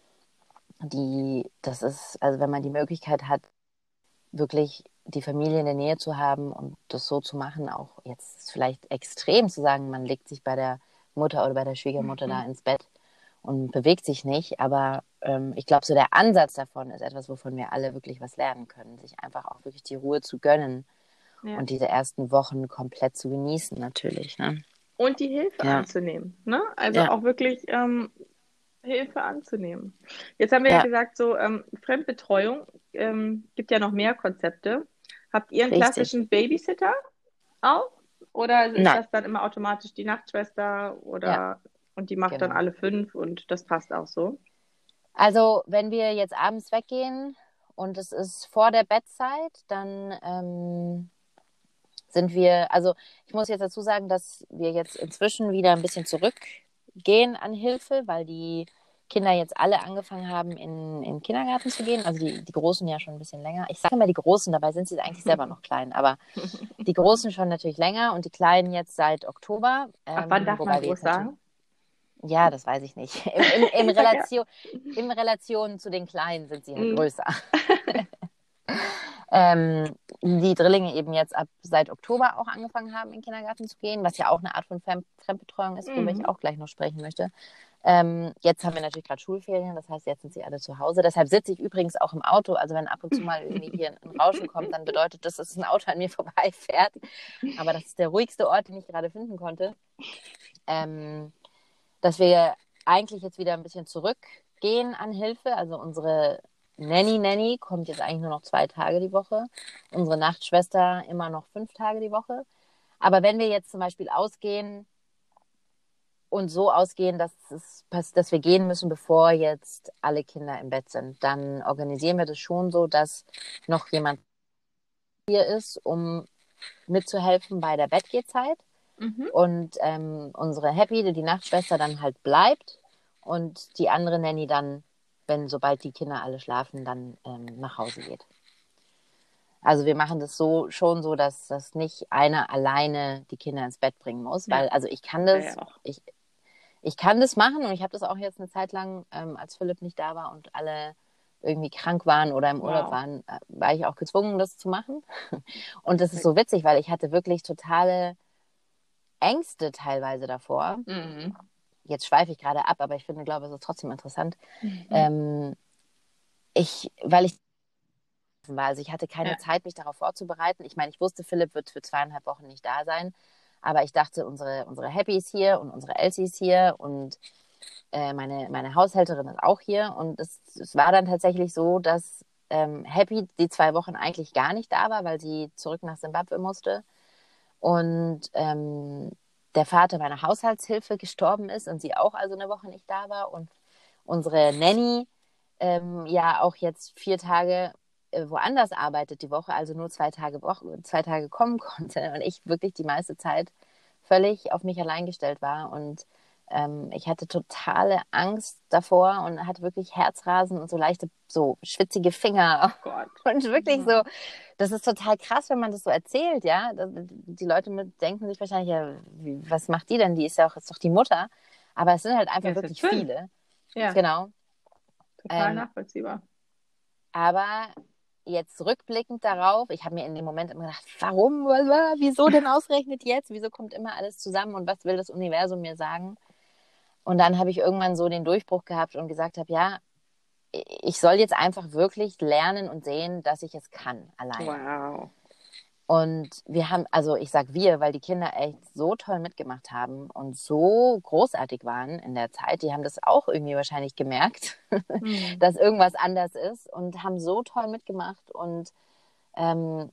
die, das ist, also wenn man die Möglichkeit hat, wirklich die Familie in der Nähe zu haben und das so zu machen, auch jetzt ist vielleicht extrem zu sagen, man legt sich bei der Mutter oder bei der Schwiegermutter da Mhm. ins Bett und bewegt sich nicht, aber ähm, ich glaube, so der Ansatz davon ist etwas, wovon wir alle wirklich was lernen können, sich einfach auch wirklich die Ruhe zu gönnen Ja. und diese ersten Wochen komplett zu genießen natürlich. Ne? Und die Hilfe Ja, anzunehmen, ne? Also ja, auch wirklich ähm, Hilfe anzunehmen. Jetzt haben wir ja ja, gesagt, so ähm, Fremdbetreuung ähm, gibt ja noch mehr Konzepte. Habt ihr einen richtig. klassischen Babysitter auch? Oder ist Nein, das dann immer automatisch die Nachtschwester ja, oder und die macht dann genau. alle fünf und das passt auch so? Also, wenn wir jetzt abends weggehen und es ist vor der Bettzeit, dann ähm, sind wir, also ich muss jetzt dazu sagen, dass wir jetzt inzwischen wieder ein bisschen zurückgehen an Hilfe, weil die Kinder jetzt alle angefangen haben, in, in den Kindergarten zu gehen. Also die, die Großen ja schon ein bisschen länger. Ich sage immer die Großen, dabei sind sie eigentlich selber noch klein, aber die Großen schon natürlich länger und die Kleinen jetzt seit Oktober, Ab wann ähm, darf man wobei wir groß jetzt natürlich, sagen? ja, das weiß ich nicht. Im, im, im Ich sag ja. Relation, in Relation zu den Kleinen sind sie halt Mm. größer. Ähm, die Drillinge eben jetzt ab seit Oktober auch angefangen haben, in den Kindergarten zu gehen, was ja auch eine Art von Fremd Fremdbetreuung ist, worüber ich Mhm. auch gleich noch sprechen möchte. Ähm, jetzt haben wir natürlich gerade Schulferien, das heißt, jetzt sind sie alle zu Hause. Deshalb sitze ich übrigens auch im Auto. Also wenn ab und zu mal irgendwie hier ein Rauschen kommt, dann bedeutet das, dass ein Auto an mir vorbeifährt. Aber das ist der ruhigste Ort, den ich gerade finden konnte. Ähm, dass wir eigentlich jetzt wieder ein bisschen zurückgehen an Hilfe. Also unsere Nanny Nanny kommt jetzt eigentlich nur noch zwei Tage die Woche. Unsere Nachtschwester immer noch fünf Tage die Woche. Aber wenn wir jetzt zum Beispiel ausgehen und so ausgehen, dass, es, dass wir gehen müssen, bevor jetzt alle Kinder im Bett sind, dann organisieren wir das schon so, dass noch jemand hier ist, um mitzuhelfen bei der Bettgehzeit. Mhm. Und ähm, unsere Happy, die Nachtschwester, dann halt bleibt und die andere Nanny dann, wenn sobald die Kinder alle schlafen, dann ähm, nach Hause geht. Also wir machen das so schon so, dass das nicht einer alleine die Kinder ins Bett bringen muss, Ja, weil also ich kann das wäre ja das, auch. ich, ich kann das machen und ich habe das auch jetzt eine Zeit lang, ähm, als Philipp nicht da war und alle irgendwie krank waren oder im Urlaub Wow. waren, äh, war ich auch gezwungen, das zu machen. Und das ist so witzig, weil ich hatte wirklich totale Ängste teilweise davor. Mhm. Jetzt schweife ich gerade ab, aber ich finde, glaube, es ist trotzdem interessant. Mhm. Ähm, ich, weil ich war, also ich hatte keine Ja. Zeit, mich darauf vorzubereiten. Ich meine, ich wusste, Philipp wird für zweieinhalb Wochen nicht da sein, aber ich dachte, unsere, unsere Happy ist hier und unsere Elsie ist hier und äh, meine, meine Haushälterin ist auch hier. Und es, es war dann tatsächlich so, dass ähm, Happy die zwei Wochen eigentlich gar nicht da war, weil sie zurück nach Simbabwe musste. Und ähm, der Vater meiner Haushaltshilfe gestorben ist und sie auch also eine Woche nicht da war. Und unsere Nanny ähm, ja auch jetzt vier Tage äh, woanders arbeitet die Woche, also nur zwei Tage, Woche, zwei Tage kommen konnte. Und ich wirklich die meiste Zeit völlig auf mich allein gestellt war. Und ähm, ich hatte totale Angst davor und hatte wirklich Herzrasen und so leichte, so schwitzige Finger. Oh Gott. Und wirklich Ja. so, das ist total krass, wenn man das so erzählt, ja. Die Leute mit, denken sich wahrscheinlich, ja, wie, was macht die denn? Die ist ja auch, ist doch die Mutter. Aber es sind halt Ja, einfach es sind wirklich fünf. viele. Ja, Genau. total Ähm, nachvollziehbar. aber jetzt rückblickend darauf, ich habe mir in dem Moment immer gedacht, warum, wieso denn ausgerechnet jetzt? Wieso kommt immer alles zusammen und was will das Universum mir sagen? Und dann habe ich irgendwann so den Durchbruch gehabt und gesagt habe, ja, ich soll jetzt einfach wirklich lernen und sehen, dass ich es kann, alleine. Wow. Und wir haben, also ich sag wir, weil die Kinder echt so toll mitgemacht haben und so großartig waren in der Zeit. Die haben das auch irgendwie wahrscheinlich gemerkt, mhm. dass irgendwas anders ist und haben so toll mitgemacht. Und ähm,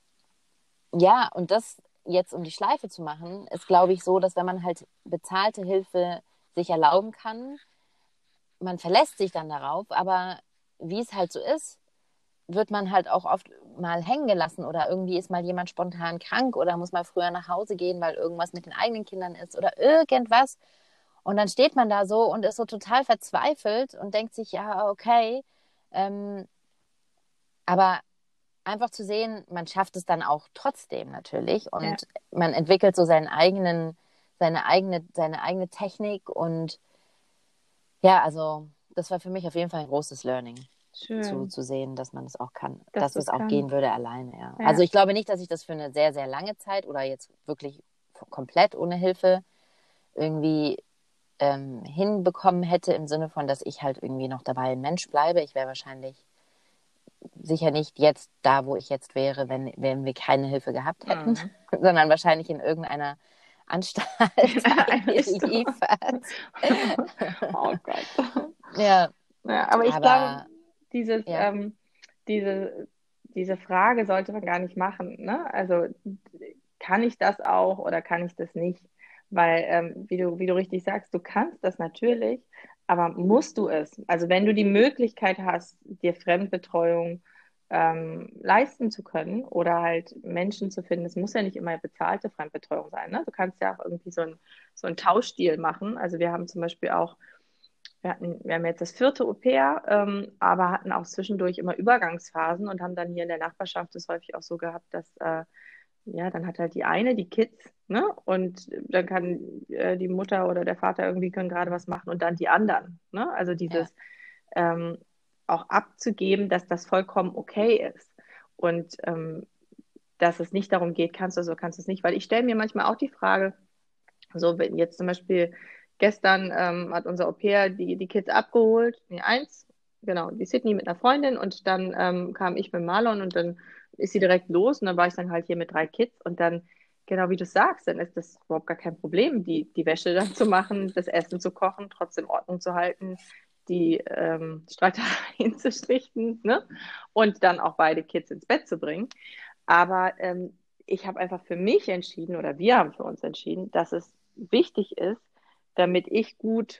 ja, und das jetzt, um die Schleife zu machen, ist, glaube ich, so, dass wenn man halt bezahlte Hilfe sich erlauben kann, man verlässt sich dann darauf, aber wie es halt so ist, wird man halt auch oft mal hängen gelassen oder irgendwie ist mal jemand spontan krank oder muss mal früher nach Hause gehen, weil irgendwas mit den eigenen Kindern ist oder irgendwas. Und dann steht man da so und ist so total verzweifelt und denkt sich, ja, okay. Ähm, aber einfach zu sehen, man schafft es dann auch trotzdem natürlich und ja. man entwickelt so seinen eigenen, seine eigene, seine eigene Technik und ja, also das war für mich auf jeden Fall ein großes Learning. Zu, zu sehen, dass man es auch kann, dass, dass es auch kann. Gehen würde alleine. Ja. Ja. Also ich glaube nicht, dass ich das für eine sehr, sehr lange Zeit oder jetzt wirklich komplett ohne Hilfe irgendwie ähm, hinbekommen hätte, im Sinne von, dass ich halt irgendwie noch dabei ein Mensch bleibe. Ich wäre wahrscheinlich sicher nicht jetzt da, wo ich jetzt wäre, wenn, wenn wir keine Hilfe gehabt hätten, mhm. sondern wahrscheinlich in irgendeiner Anstalt eingeliefert. Oh Gott. Ja. Ja, aber ich aber, glaube, dieses, ja. ähm, diese, diese Frage sollte man gar nicht machen. Ne? Also kann ich das auch oder kann ich das nicht? Weil, ähm, wie du, wie du richtig sagst, du kannst das natürlich, aber musst du es? Also wenn du die Möglichkeit hast, dir Fremdbetreuung ähm, leisten zu können oder halt Menschen zu finden, es muss ja nicht immer bezahlte Fremdbetreuung sein. Ne? Du kannst ja auch irgendwie so ein, so ein Tauschdeal machen. Also wir haben zum Beispiel auch Wir, hatten, wir haben jetzt das vierte Au-pair, ähm, aber hatten auch zwischendurch immer Übergangsphasen und haben dann hier in der Nachbarschaft das häufig auch so gehabt, dass, äh, ja, dann hat halt die eine die Kids, ne? Und dann kann äh, die Mutter oder der Vater irgendwie können gerade was machen und dann die anderen, ne? Also dieses ja. ähm, auch abzugeben, dass das vollkommen okay ist und ähm, dass es nicht darum geht, kannst du es oder kannst du es nicht, weil ich stelle mir manchmal auch die Frage, so wenn jetzt zum Beispiel Gestern ähm, hat unser Au-pair die, die Kids abgeholt, nee, eins, genau, die Sydney mit einer Freundin und dann ähm, kam ich mit Marlon und dann ist sie direkt los und dann war ich dann halt hier mit drei Kids und dann, genau wie du sagst, dann ist das überhaupt gar kein Problem, die, die Wäsche dann zu machen, das Essen zu kochen, trotzdem Ordnung zu halten, die ähm, Streitereien zu schlichten, ne? Und dann auch beide Kids ins Bett zu bringen. Aber ähm, ich habe einfach für mich entschieden oder wir haben für uns entschieden, dass es wichtig ist, damit ich gut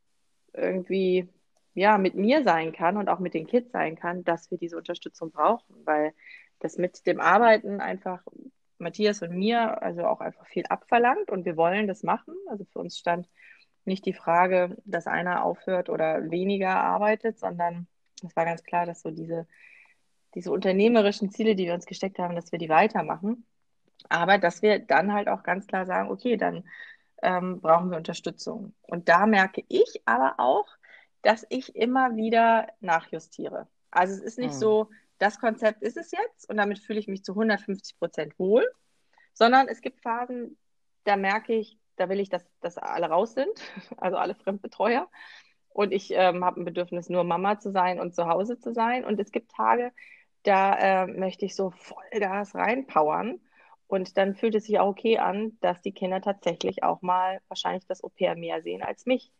irgendwie ja mit mir sein kann und auch mit den Kids sein kann, dass wir diese Unterstützung brauchen, weil das mit dem Arbeiten einfach Matthias und mir also auch einfach viel abverlangt und wir wollen das machen. Also für uns stand nicht die Frage, dass einer aufhört oder weniger arbeitet, sondern es war ganz klar, dass so diese, diese unternehmerischen Ziele, die wir uns gesteckt haben, dass wir die weitermachen. Aber dass wir dann halt auch ganz klar sagen, okay, dann ähm, brauchen wir Unterstützung. Und da merke ich aber auch, dass ich immer wieder nachjustiere. Also es ist nicht mhm. so, das Konzept ist es jetzt und damit fühle ich mich zu hundertfünfzig Prozent wohl, sondern es gibt Phasen, da merke ich, da will ich, dass, dass alle raus sind, also alle Fremdbetreuer. Und ich ähm, habe ein Bedürfnis, nur Mama zu sein und zu Hause zu sein. Und es gibt Tage, da äh, möchte ich so Vollgas reinpowern. Und dann fühlt es sich auch okay an, dass die Kinder tatsächlich auch mal wahrscheinlich das Au-pair mehr sehen als mich.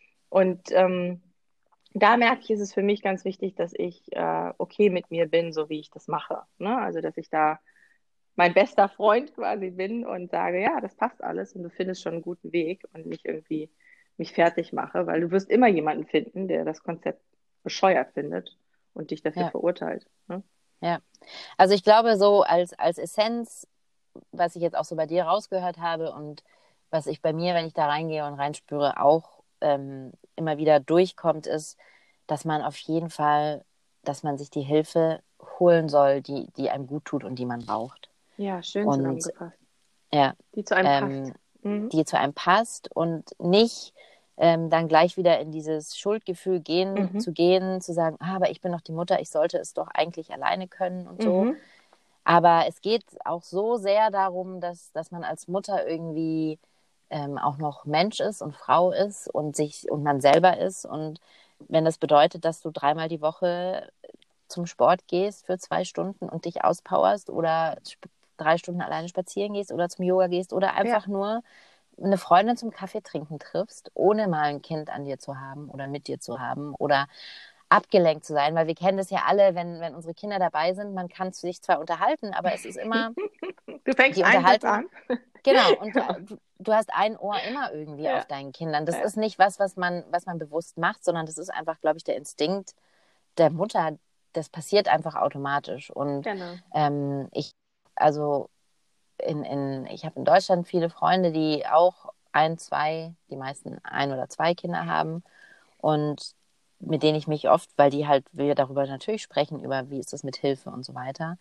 Und ähm, da merke ich, ist es für mich ganz wichtig, dass ich äh, okay mit mir bin, so wie ich das mache. Ne? Also, dass ich da mein bester Freund quasi bin und sage, ja, das passt alles und du findest schon einen guten Weg und nicht irgendwie mich fertig mache, weil du wirst immer jemanden finden, der das Konzept bescheuert findet und dich dafür ja. verurteilt. Ne? Ja, also ich glaube so als, als Essenz, was ich jetzt auch so bei dir rausgehört habe und was ich bei mir, wenn ich da reingehe und reinspüre, auch ähm, immer wieder durchkommt, ist, dass man auf jeden Fall, dass man sich die Hilfe holen soll, die, die einem gut tut und die man braucht. Ja, schön und, zusammengefasst. Ja. Die zu einem ähm, passt. Mhm. Die zu einem passt und nicht ähm, dann gleich wieder in dieses Schuldgefühl gehen, mhm. zu gehen, zu sagen, ah, aber ich bin doch die Mutter, ich sollte es doch eigentlich alleine können und so. Mhm. Aber es geht auch so sehr darum, dass, dass man als Mutter irgendwie ähm, auch noch Mensch ist und Frau ist und sich und man selber ist. Und wenn das bedeutet, dass du dreimal die Woche zum Sport gehst für zwei Stunden und dich auspowerst oder sp- drei Stunden alleine spazieren gehst oder zum Yoga gehst oder Ja. einfach nur eine Freundin zum Kaffee trinken triffst, ohne mal ein Kind an dir zu haben oder mit dir zu haben oder abgelenkt zu sein, weil wir kennen das ja alle, wenn, wenn unsere Kinder dabei sind, man kann sich zwar unterhalten, aber es ist immer Du fängst die einen Satz Unterhaltung, an. genau, und Genau. äh, du, du hast ein Ohr immer irgendwie auf Ja. deinen Kindern. Das Ja. ist nicht was, was man, was man bewusst macht, sondern das ist einfach, glaube ich, der Instinkt der Mutter. Das passiert einfach automatisch. Und Genau. ähm, ich, also in, in, ich habe in Deutschland viele Freunde, die auch ein, zwei, die meisten ein oder zwei Kinder haben und mit denen ich mich oft, weil die halt, wir darüber natürlich sprechen, über wie ist das mit Hilfe und so weiter,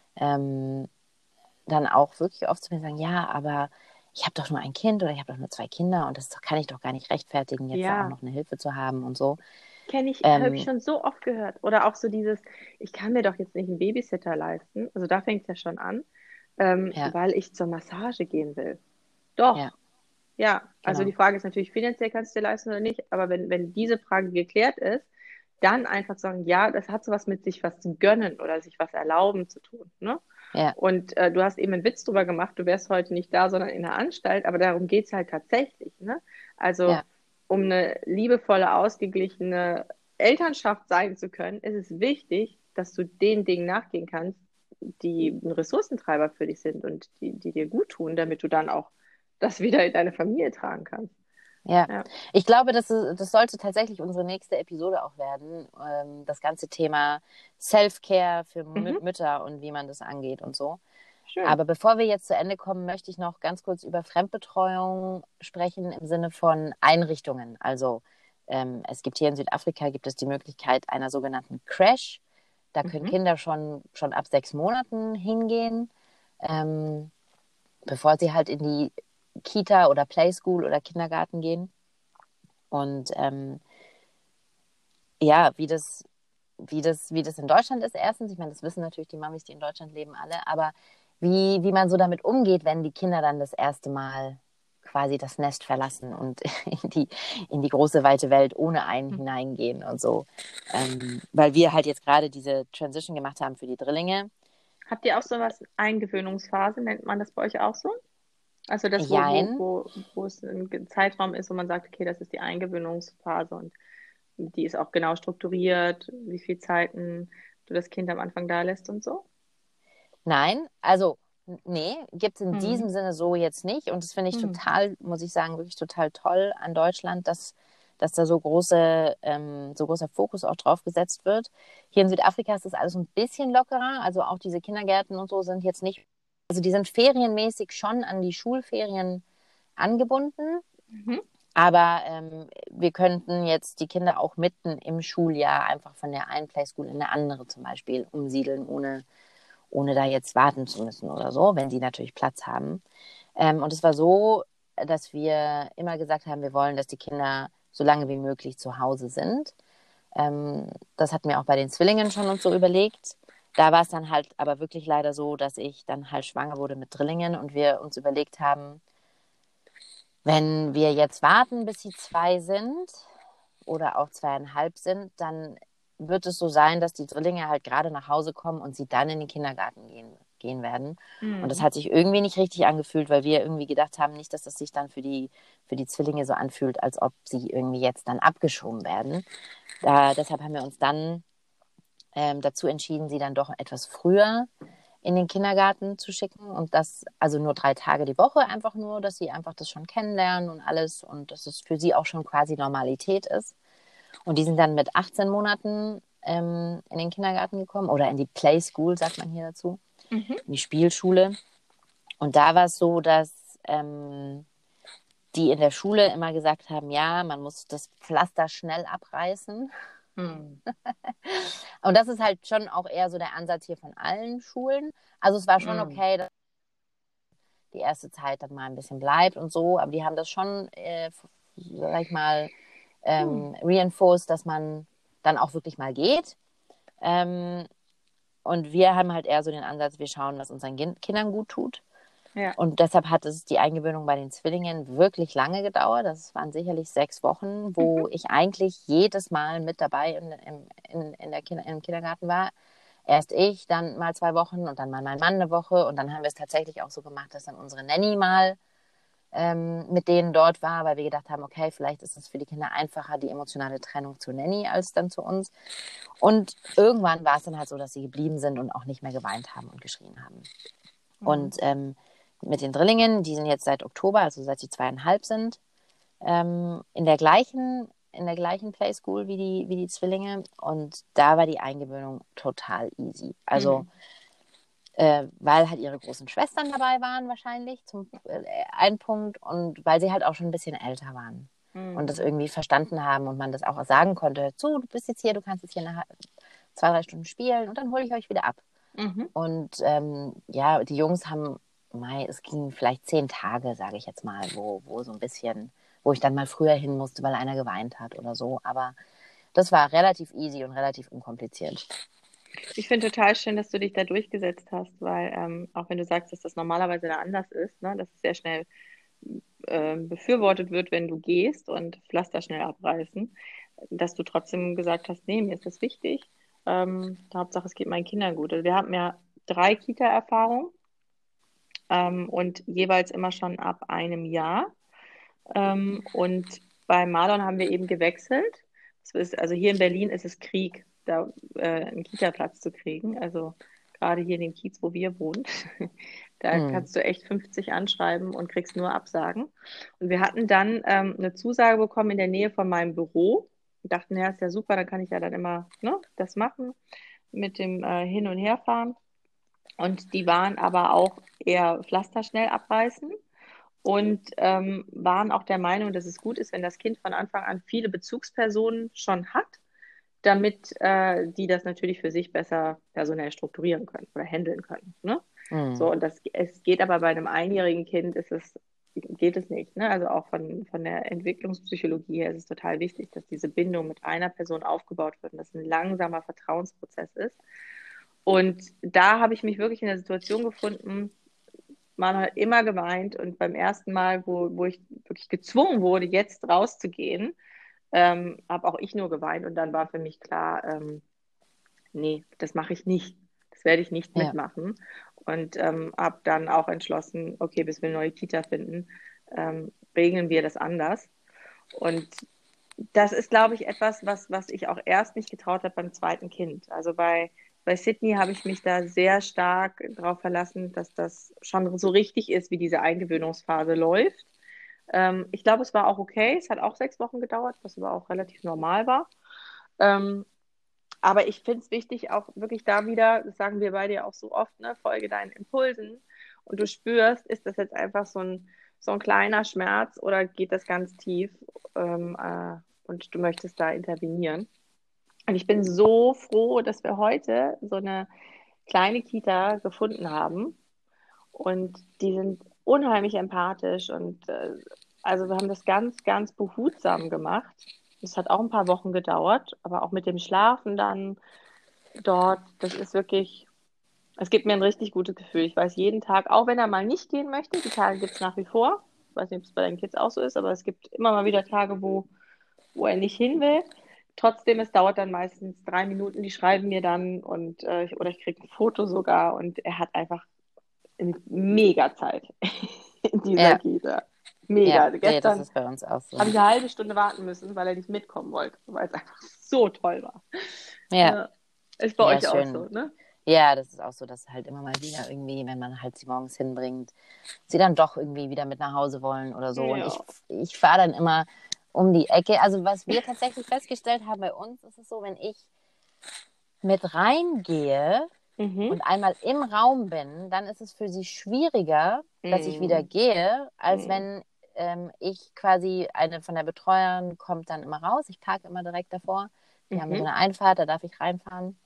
ähm, dann auch wirklich oft zu mir sagen, ja, aber ich habe doch nur ein Kind oder ich habe doch nur zwei Kinder und das kann ich doch gar nicht rechtfertigen, jetzt da auch Ja, noch eine Hilfe zu haben und so. kenne ich, habe ich Ähm, schon so oft gehört. Oder auch so dieses, ich kann mir doch jetzt nicht einen Babysitter leisten. Also da fängt es ja schon an, ähm, ja, weil ich zur Massage gehen will. ja, Doch, ja. Also die genau. Frage ist natürlich, finanziell kannst du dir leisten oder nicht. Aber wenn, wenn diese Frage geklärt ist, dann einfach zu sagen, ja, das hat sowas mit sich was zu gönnen oder sich was erlauben zu tun. Ne? Ja, Und äh, du hast eben einen Witz drüber gemacht, du wärst heute nicht da, sondern in der Anstalt, aber darum geht es halt tatsächlich. Ne? Also ja, um eine liebevolle, ausgeglichene Elternschaft sein zu können, ist es wichtig, dass du den Dingen nachgehen kannst, die ein Ressourcentreiber für dich sind und die, die dir gut tun, damit du dann auch das wieder in deine Familie tragen kannst. ja. Ja. Ich glaube, das, ist, das sollte tatsächlich unsere nächste Episode auch werden. Ähm, das ganze Thema Self-Care für Mü Mhm. Mütter und wie man das angeht und so. Schön. Aber bevor wir jetzt zu Ende kommen, möchte ich noch ganz kurz über Fremdbetreuung sprechen im Sinne von Einrichtungen. Also ähm, es gibt hier in Südafrika gibt es die Möglichkeit einer sogenannten Crash. Da können Mhm. Kinder schon, schon ab sechs Monaten hingehen, ähm, bevor sie halt in die Kita oder Playschool oder Kindergarten gehen. Und ähm, ja, wie das, wie, das, wie das in Deutschland ist, erstens, ich meine, das wissen natürlich die Mamis, die in Deutschland leben, alle, aber wie, wie man so damit umgeht, wenn die Kinder dann das erste Mal quasi das Nest verlassen und in die, in die große, weite Welt ohne einen hineingehen und so. Ähm, weil wir halt jetzt gerade diese Transition gemacht haben für die Drillinge. Habt ihr auch sowas, Eingewöhnungsphase, nennt man das bei euch auch so? Also das, wo, wo, Jein. wo, wo es ein Zeitraum ist, wo man sagt, okay, das ist die Eingewöhnungsphase und die ist auch genau strukturiert, wie viel Zeiten du das Kind am Anfang da lässt und so. Nein, also nee, gibt es in Mhm. diesem Sinne so jetzt nicht. Und das finde ich Mhm. total, muss ich sagen, wirklich total toll an Deutschland, dass, dass da so große, ähm, so großer Fokus auch drauf gesetzt wird. Hier in Südafrika ist das alles so ein bisschen lockerer. Also auch diese Kindergärten und so sind jetzt nicht, also die sind ferienmäßig schon an die Schulferien angebunden. Mhm. Aber ähm, wir könnten jetzt die Kinder auch mitten im Schuljahr einfach von der einen Playschool in eine andere zum Beispiel umsiedeln, ohne ohne da jetzt warten zu müssen oder so, wenn sie natürlich Platz haben. Ähm, und es war so, dass wir immer gesagt haben, wir wollen, dass die Kinder so lange wie möglich zu Hause sind. Ähm, das hatten wir auch bei den Zwillingen schon uns so überlegt. Da war es dann halt aber wirklich leider so, dass ich dann halt schwanger wurde mit Drillingen und wir uns überlegt haben, wenn wir jetzt warten, bis sie zwei sind oder auch zweieinhalb sind, dann wird es so sein, dass die Drillinge halt gerade nach Hause kommen und sie dann in den Kindergarten gehen, gehen werden. Und das Mhm. hat sich irgendwie nicht richtig angefühlt, weil wir irgendwie gedacht haben, nicht, dass das sich dann für die, für die Zwillinge so anfühlt, als ob sie irgendwie jetzt dann abgeschoben werden. Da, deshalb haben wir uns dann ähm, dazu entschieden, sie dann doch etwas früher in den Kindergarten zu schicken und das also nur drei Tage die Woche einfach nur, dass sie einfach das schon kennenlernen und alles und dass es für sie auch schon quasi Normalität ist. Und die sind dann mit achtzehn Monaten ähm, in den Kindergarten gekommen oder in die Playschool, sagt man hier dazu, Mhm. in die Spielschule. Und da war es so, dass ähm, die in der Schule immer gesagt haben, ja, man muss das Pflaster schnell abreißen. Mhm. Und das ist halt schon auch eher so der Ansatz hier von allen Schulen. Also es war schon Mhm. okay, dass die erste Zeit dann mal ein bisschen bleibt und so, aber die haben das schon, äh, sag ich mal, Mhm. ähm, reinforced, dass man dann auch wirklich mal geht. Ähm, und wir haben halt eher so den Ansatz, wir schauen, was unseren Kindern gut tut. Ja. Und deshalb hat es die Eingewöhnung bei den Zwillingen wirklich lange gedauert. Das waren sicherlich sechs Wochen, wo Mhm. ich eigentlich jedes Mal mit dabei in, in, in, in der Kinder, im Kindergarten war. Erst ich, dann mal zwei Wochen und dann mal mein Mann eine Woche. Und dann haben wir es tatsächlich auch so gemacht, dass dann unsere Nanny mal ähm, mit denen dort war, weil wir gedacht haben, okay, vielleicht ist es für die Kinder einfacher, die emotionale Trennung zur Nanny als dann zu uns. Und irgendwann war es dann halt so, dass sie geblieben sind und auch nicht mehr geweint haben und geschrien haben. Mhm. Und ähm, mit den Drillingen, die sind jetzt seit Oktober, also seit sie zweieinhalb sind, ähm, in der gleichen, in der gleichen Playschool wie die, wie die Zwillinge. Und da war die Eingewöhnung total easy. Also Mhm. äh, weil halt ihre großen Schwestern dabei waren wahrscheinlich, zum äh, ein Punkt, und weil sie halt auch schon ein bisschen älter waren und das Mhm. irgendwie verstanden haben und man das auch sagen konnte, hör zu, du bist jetzt hier, du kannst jetzt hier eine, zwei, drei Stunden spielen und dann hole ich euch wieder ab. Mhm. Und ähm, ja, die Jungs haben, mei, es ging vielleicht zehn Tage, sage ich jetzt mal, wo, wo so ein bisschen, wo ich dann mal früher hin musste, weil einer geweint hat oder so, aber das war relativ easy und relativ unkompliziert. Ich finde total schön, dass du dich da durchgesetzt hast, weil ähm, auch wenn du sagst, dass das normalerweise da anders ist, ne, dass es sehr schnell ähm, befürwortet wird, wenn du gehst und Pflaster schnell abreißen, dass du trotzdem gesagt hast, nee, mir ist das wichtig. Ähm, Hauptsache, es geht meinen Kindern gut. Also wir haben ja drei Kita-Erfahrungen ähm, und jeweils immer schon ab einem Jahr. Ähm, und bei Marlon haben wir eben gewechselt. Das ist, also hier in Berlin ist es Krieg, da äh, einen Kita-Platz zu kriegen. Also gerade hier in dem Kiez, wo wir wohnen, da Hm. kannst du echt fünfzig anschreiben und kriegst nur Absagen. Und wir hatten dann ähm, eine Zusage bekommen in der Nähe von meinem Büro. Wir dachten, ja, ist ja super, dann kann ich ja dann immer ne, das machen mit dem äh, Hin- und Herfahren. Und die waren aber auch eher pflasterschnell abreißen und ähm, waren auch der Meinung, dass es gut ist, wenn das Kind von Anfang an viele Bezugspersonen schon hat, damit äh, die das natürlich für sich besser personell strukturieren können oder handeln können. Ne? Hm. So, und das, es geht aber bei einem einjährigen Kind ist es, geht es nicht. Ne? Also auch von, von der Entwicklungspsychologie her ist es total wichtig, dass diese Bindung mit einer Person aufgebaut wird und dass ein langsamer Vertrauensprozess ist. Und da habe ich mich wirklich in der Situation gefunden, man hat immer geweint und beim ersten Mal, wo, wo ich wirklich gezwungen wurde, jetzt rauszugehen, ähm, habe auch ich nur geweint und dann war für mich klar, ähm, nee, das mache ich nicht. Das werde ich nicht Ja. mitmachen. Und ähm, habe dann auch entschlossen, okay, bis wir eine neue Kita finden, ähm, regeln wir das anders. Und das ist, glaube ich, etwas, was, was ich auch erst nicht getraut habe beim zweiten Kind. Also bei, bei Sydney habe ich mich da sehr stark darauf verlassen, dass das schon so richtig ist, wie diese Eingewöhnungsphase läuft. Ähm, ich glaube, es war auch okay. Es hat auch sechs Wochen gedauert, was aber auch relativ normal war. Ähm, aber ich finde es wichtig, auch wirklich da wieder, das sagen wir beide ja auch so oft, ne, folge deinen Impulsen und du spürst, ist das jetzt einfach so ein, so ein kleiner Schmerz oder geht das ganz tief ähm, äh, und du möchtest da intervenieren. Und ich bin so froh, dass wir heute so eine kleine Kita gefunden haben und die sind unheimlich empathisch und äh, also wir haben das ganz, ganz behutsam gemacht. Das hat auch ein paar Wochen gedauert, aber auch mit dem Schlafen dann dort, das ist wirklich, es gibt mir ein richtig gutes Gefühl. Ich weiß jeden Tag, auch wenn er mal nicht gehen möchte, die Tage gibt es nach wie vor. Ich weiß nicht, ob es bei deinen Kids auch so ist, aber es gibt immer mal wieder Tage, wo, wo er nicht hin will. Trotzdem, es dauert dann meistens drei Minuten, die schreiben mir dann und äh, ich- oder ich kriege ein Foto sogar und er hat einfach eine mega Zeit in dieser Ja, Kita. ja, Mega. Also nee, das gestern ist bei uns auch so. habe ich eine halbe Stunde warten müssen, weil er nicht mitkommen wollte, weil es einfach so toll war. Ja, Ja. Ist bei ja, euch auch so, schön. ne? Ja, das ist auch so, dass halt immer mal wieder irgendwie, wenn man halt sie morgens hinbringt, sie dann doch irgendwie wieder mit nach Hause wollen oder so. Und ich, Ja. ich fahre dann immer um die Ecke. Also was wir tatsächlich festgestellt haben bei uns, ist es so, wenn ich mit reingehe Mhm. und einmal im Raum bin, dann ist es für sie schwieriger, dass ich wieder Mhm. gehe, als Mhm. wenn ähm, ich quasi, eine von der Betreuerin kommt dann immer raus. Ich parke immer direkt davor. Die haben so Mhm. eine Einfahrt, da darf ich reinfahren.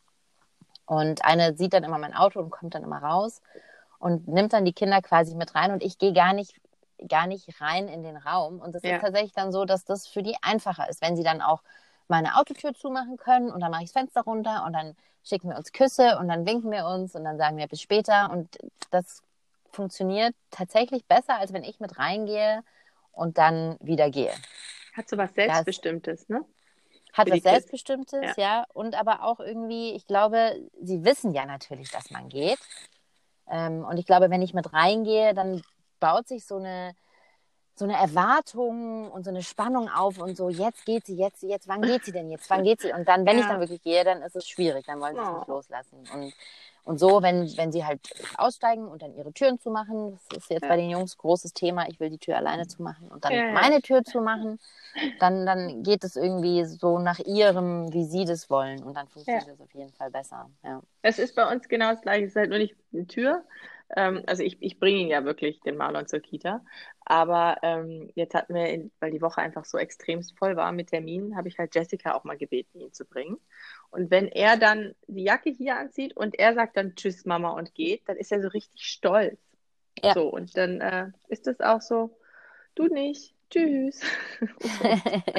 Und eine sieht dann immer mein Auto und kommt dann immer raus und nimmt dann die Kinder quasi mit rein und ich gehe gar nicht, gar nicht rein in den Raum. Und es ist Ja. tatsächlich dann so, dass das für die einfacher ist, wenn sie dann auch meine Autotür zumachen können und dann mache ich das Fenster runter und dann schicken wir uns Küsse und dann winken wir uns und dann sagen wir bis später und das funktioniert tatsächlich besser, als wenn ich mit reingehe und dann wieder gehe. Hat so was Das Selbstbestimmtes, ne? hat Für was die Kids. Selbstbestimmtes, Ja. ja. Und aber auch irgendwie, ich glaube, sie wissen ja natürlich, dass man geht. Ähm, und ich glaube, wenn ich mit reingehe, dann baut sich so eine, so eine Erwartung und so eine Spannung auf und so, jetzt geht sie, jetzt, jetzt, wann geht sie denn jetzt, wann geht sie? Und dann, wenn ich Ja. dann wirklich gehe, dann ist es schwierig, dann wollen sie es nicht Oh. loslassen. Und, und so, wenn, wenn sie halt aussteigen und dann ihre Türen zumachen, das ist jetzt Ja. bei den Jungs großes Thema, ich will die Tür alleine zumachen und dann Ja, ja. meine Tür zumachen, dann, dann geht es irgendwie so nach ihrem, wie sie das wollen und dann funktioniert Ja. das auf jeden Fall besser. Ja. Es ist bei uns genau das Gleiche. Es ist halt nur nicht eine Tür. Ähm, also ich, ich bringe ihn ja wirklich, den Marlon, zur Kita. Aber ähm, jetzt hatten wir, in, weil die Woche einfach so extremst voll war mit Terminen, habe ich halt Jessica auch mal gebeten, ihn zu bringen. Und wenn er dann die Jacke hier anzieht und er sagt dann Tschüss, Mama, und geht, dann ist er so richtig stolz. Ja. So, und dann äh, ist das auch so, du nicht, tschüss. So.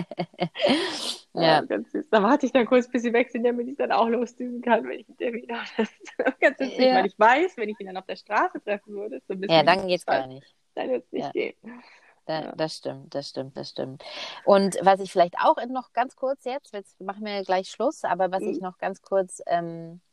Ja, Ja. ganz süß. Da warte ich dann kurz, bis sie weg sind, damit ich dann auch losdüsen kann, wenn ich einen Termin habe. Das ist ganz witzig, Ja. weil ich weiß, wenn ich ihn dann auf der Straße treffen würde, so ein bisschen Ja, wie dann die geht's Zeit, gar nicht. dann wird es nicht Ja. gehen. Da, Ja. Das stimmt, das stimmt, das stimmt. Und was ich vielleicht auch noch ganz kurz jetzt, jetzt machen wir gleich Schluss, aber was Mhm. ich noch ganz kurz ähm,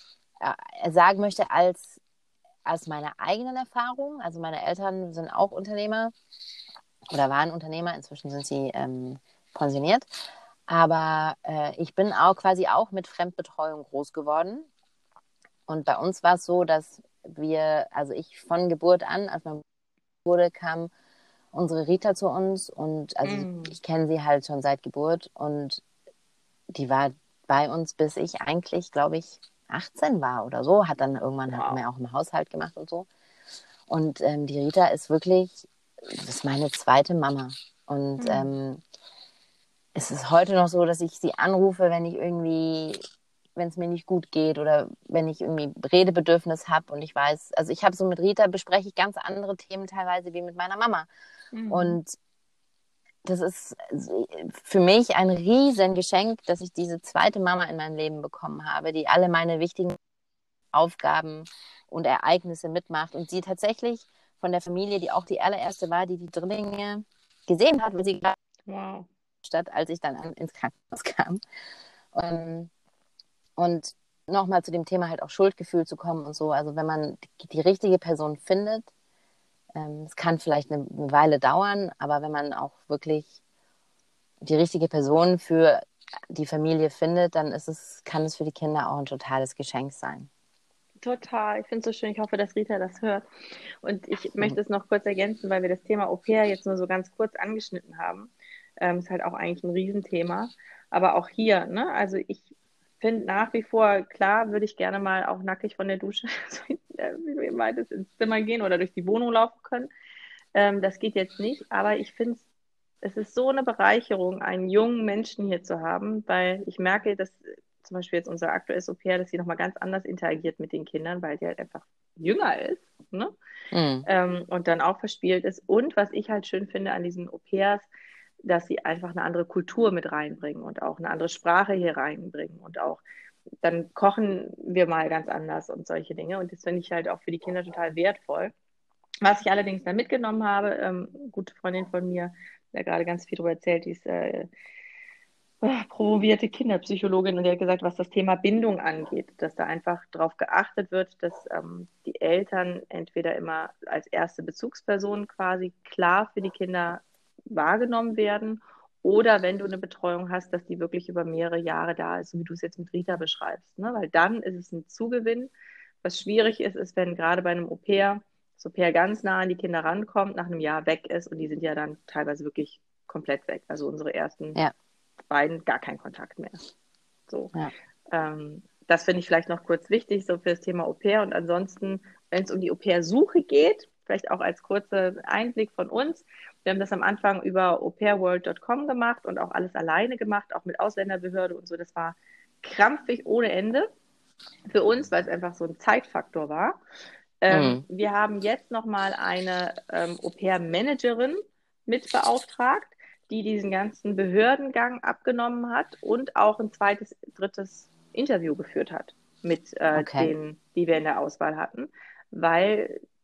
äh, sagen möchte als, als meine eigenen Erfahrungen, also meine Eltern sind auch Unternehmer oder waren Unternehmer, inzwischen sind sie ähm, pensioniert, aber äh, ich bin auch quasi auch mit Fremdbetreuung groß geworden und bei uns war es so, dass wir, also ich von Geburt an, als man wurde, kam unsere Rita zu uns und also Mhm. ich kenne sie halt schon seit Geburt und die war bei uns, bis ich eigentlich, glaube ich, achtzehn war oder so, hat dann irgendwann Wow. hat mehr auch im Haushalt gemacht und so. Und ähm, die Rita ist wirklich, das ist meine zweite Mama. Und Mhm. ähm, es ist heute noch so, dass ich sie anrufe, wenn ich irgendwie, wenn es mir nicht gut geht oder wenn ich irgendwie Redebedürfnis habe und ich weiß, also ich habe so mit Rita bespreche ich ganz andere Themen teilweise wie mit meiner Mama. Mhm. Und das ist für mich ein Riesengeschenk, dass ich diese zweite Mama in meinem Leben bekommen habe, die alle meine wichtigen Aufgaben und Ereignisse mitmacht und sie tatsächlich von der Familie, die auch die allererste war, die die Drillinge gesehen hat, weil sie gerade Wow. statt, als ich dann ins Krankenhaus kam. Und, und nochmal zu dem Thema halt auch Schuldgefühl zu kommen und so. Also wenn man die, die richtige Person findet, ähm, es kann vielleicht eine, eine Weile dauern, aber wenn man auch wirklich die richtige Person für die Familie findet, dann ist es, kann es für die Kinder auch ein totales Geschenk sein. Total. Ich finde es so schön. Ich hoffe, dass Rita das hört. Und ich möchte es noch kurz ergänzen, weil wir das Thema Au-pair jetzt nur so ganz kurz angeschnitten haben. Ähm, ist halt auch eigentlich ein Riesenthema. Aber auch hier, ne, also ich finde nach wie vor, klar, würde ich gerne mal auch nackig von der Dusche, wie du eben meintest, ins Zimmer gehen oder durch die Wohnung laufen können. Ähm, das geht jetzt nicht, aber ich finde es ist so eine Bereicherung, einen jungen Menschen hier zu haben, weil ich merke, dass zum Beispiel jetzt unser aktuelles Au-pair, dass sie nochmal ganz anders interagiert mit den Kindern, weil die halt einfach jünger ist, ne? Mhm. Ähm, und dann auch verspielt ist. Und was ich halt schön finde an diesen Au-pairs, dass sie einfach eine andere Kultur mit reinbringen und auch eine andere Sprache hier reinbringen und auch dann kochen wir mal ganz anders und solche Dinge. Und das finde ich halt auch für die Kinder total wertvoll. Was ich allerdings dann mitgenommen habe, ähm, eine gute Freundin von mir, der gerade ganz viel darüber erzählt, die ist äh, promovierte Kinderpsychologin und die hat gesagt, was das Thema Bindung angeht, dass da einfach darauf geachtet wird, dass ähm, die Eltern entweder immer als erste Bezugsperson quasi klar für die Kinder wahrgenommen werden oder wenn du eine Betreuung hast, dass die wirklich über mehrere Jahre da ist, so wie du es jetzt mit Rita beschreibst, ne? Weil dann ist es ein Zugewinn. Was schwierig ist, ist, wenn gerade bei einem Au-pair das Au-pair ganz nah an die Kinder rankommt, nach einem Jahr weg ist und die sind ja dann teilweise wirklich komplett weg. Also unsere ersten Ja. beiden gar keinen Kontakt mehr. So. Ja. Ähm, das finde ich vielleicht noch kurz wichtig, so für das Thema Au-pair. Und ansonsten, wenn es um die Au-pair-Suche geht, vielleicht auch als kurzer Einblick von uns. Wir haben das am Anfang über au pair world punkt com gemacht und auch alles alleine gemacht, auch mit Ausländerbehörde und so. Das war krampfig ohne Ende für uns, weil es einfach so ein Zeitfaktor war. Ähm, Mhm. Wir haben jetzt nochmal eine ähm, Au-pair-Managerin mit beauftragt, die diesen ganzen Behördengang abgenommen hat und auch ein zweites, drittes Interview geführt hat mit äh, Okay. denen, die wir in der Auswahl hatten, weil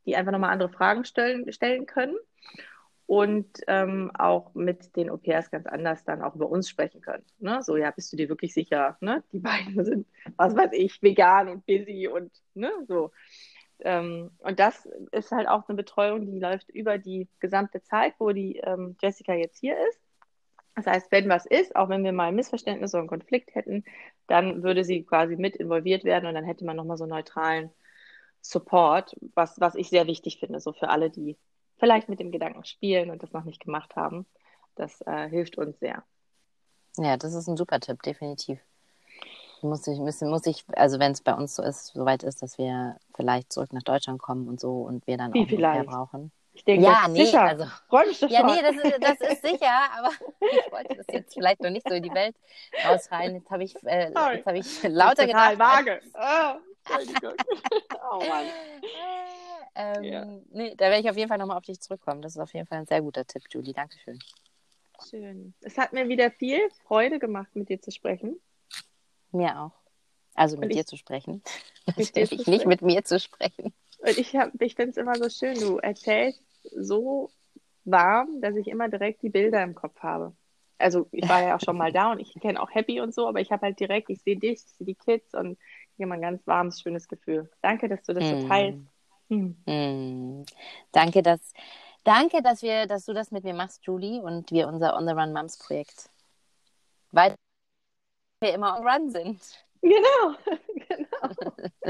die einfach nochmal andere Fragen stellen, stellen können und ähm, auch mit den Au-pairs ganz anders dann auch über uns sprechen können. Ne? So, ja, bist du dir wirklich sicher? Ne? Die beiden sind, was weiß ich, vegan und busy und ne, so. Ähm, und das ist halt auch eine Betreuung, die läuft über die gesamte Zeit, wo die ähm, Jessica jetzt hier ist. Das heißt, wenn was ist, auch wenn wir mal ein Missverständnis oder einen Konflikt hätten, dann würde sie quasi mit involviert werden und dann hätte man nochmal so einen neutralen Support, was, was ich sehr wichtig finde, so für alle, die vielleicht mit dem Gedanken spielen und das noch nicht gemacht haben. Das äh, hilft uns sehr. Ja, das ist ein super Tipp, definitiv. Muss ich, muss, muss ich, also wenn es bei uns so ist, soweit ist, dass wir vielleicht zurück nach Deutschland kommen und so und wir dann Wie auch ein Au-pair vielleicht? brauchen. Ich denke, ja, das nee, sicher. also Freue mich doch ja, schon. nee, das ist, das ist sicher, aber ich wollte das jetzt vielleicht noch nicht so in die Welt rausschreien. Jetzt habe ich, äh, jetzt hab ich lauter total gedacht. vage. Oh, Entschuldigung. Oh Mann. Ähm, Ja. Nee, da werde ich auf jeden Fall nochmal auf dich zurückkommen. Das ist auf jeden Fall ein sehr guter Tipp, Julie. Dankeschön. Schön. Es hat mir wieder viel Freude gemacht, mit dir zu sprechen. Mir auch. Also mit Und ich- dir zu sprechen. Mit dir Natürlich zu nicht sprechen. mit mir zu sprechen. Und ich, hab- ich finde es immer so schön, du erzählst so warm, dass ich immer direkt die Bilder im Kopf habe. Also ich war ja auch schon mal da und ich kenne auch Happy und so, aber ich habe halt direkt, ich sehe dich, ich sehe die Kids und ich habe immer ein ganz warmes, schönes Gefühl. Danke, dass du das so Hm. teilst. Hm. Hm. Danke, dass, danke, dass wir, dass du das mit mir machst, Julie, und wir unser On the Run Moms Projekt, weil wir immer on Run sind. Genau, genau.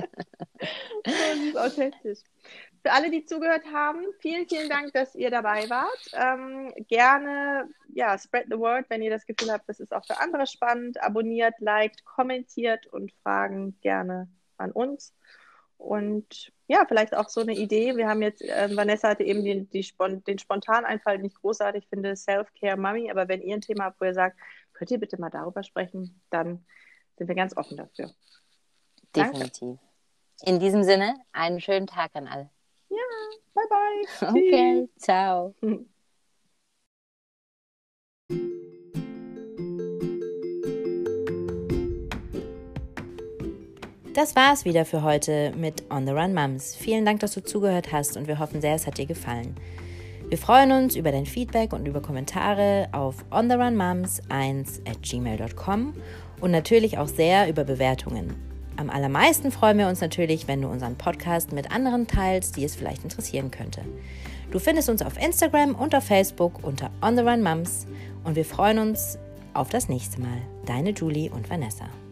So ist es authentisch. Für alle, die zugehört haben, vielen, vielen Dank, dass ihr dabei wart. Ähm, gerne, ja, spread the word, wenn ihr das Gefühl habt, das ist auch für andere spannend. Abonniert, liked, kommentiert und Fragen gerne an uns. Und ja, vielleicht auch so eine Idee. Wir haben jetzt, äh, Vanessa hatte eben den, die, den Spontaneinfall nicht großartig, finde Self-Care Mommy, aber wenn ihr ein Thema habt, wo ihr sagt, könnt ihr bitte mal darüber sprechen, dann sind wir ganz offen dafür. Definitiv. Danke. In diesem Sinne, einen schönen Tag an alle. Ja, bye bye. Okay, ciao. Das war's wieder für heute mit On the Run Moms. Vielen Dank, dass du zugehört hast und wir hoffen sehr, es hat dir gefallen. Wir freuen uns über dein Feedback und über Kommentare auf on the run moms eins at gmail dot com und natürlich auch sehr über Bewertungen. Am allermeisten freuen wir uns natürlich, wenn du unseren Podcast mit anderen teilst, die es vielleicht interessieren könnte. Du findest uns auf Instagram und auf Facebook unter On the Run Moms und wir freuen uns auf das nächste Mal. Deine Julie und Vanessa.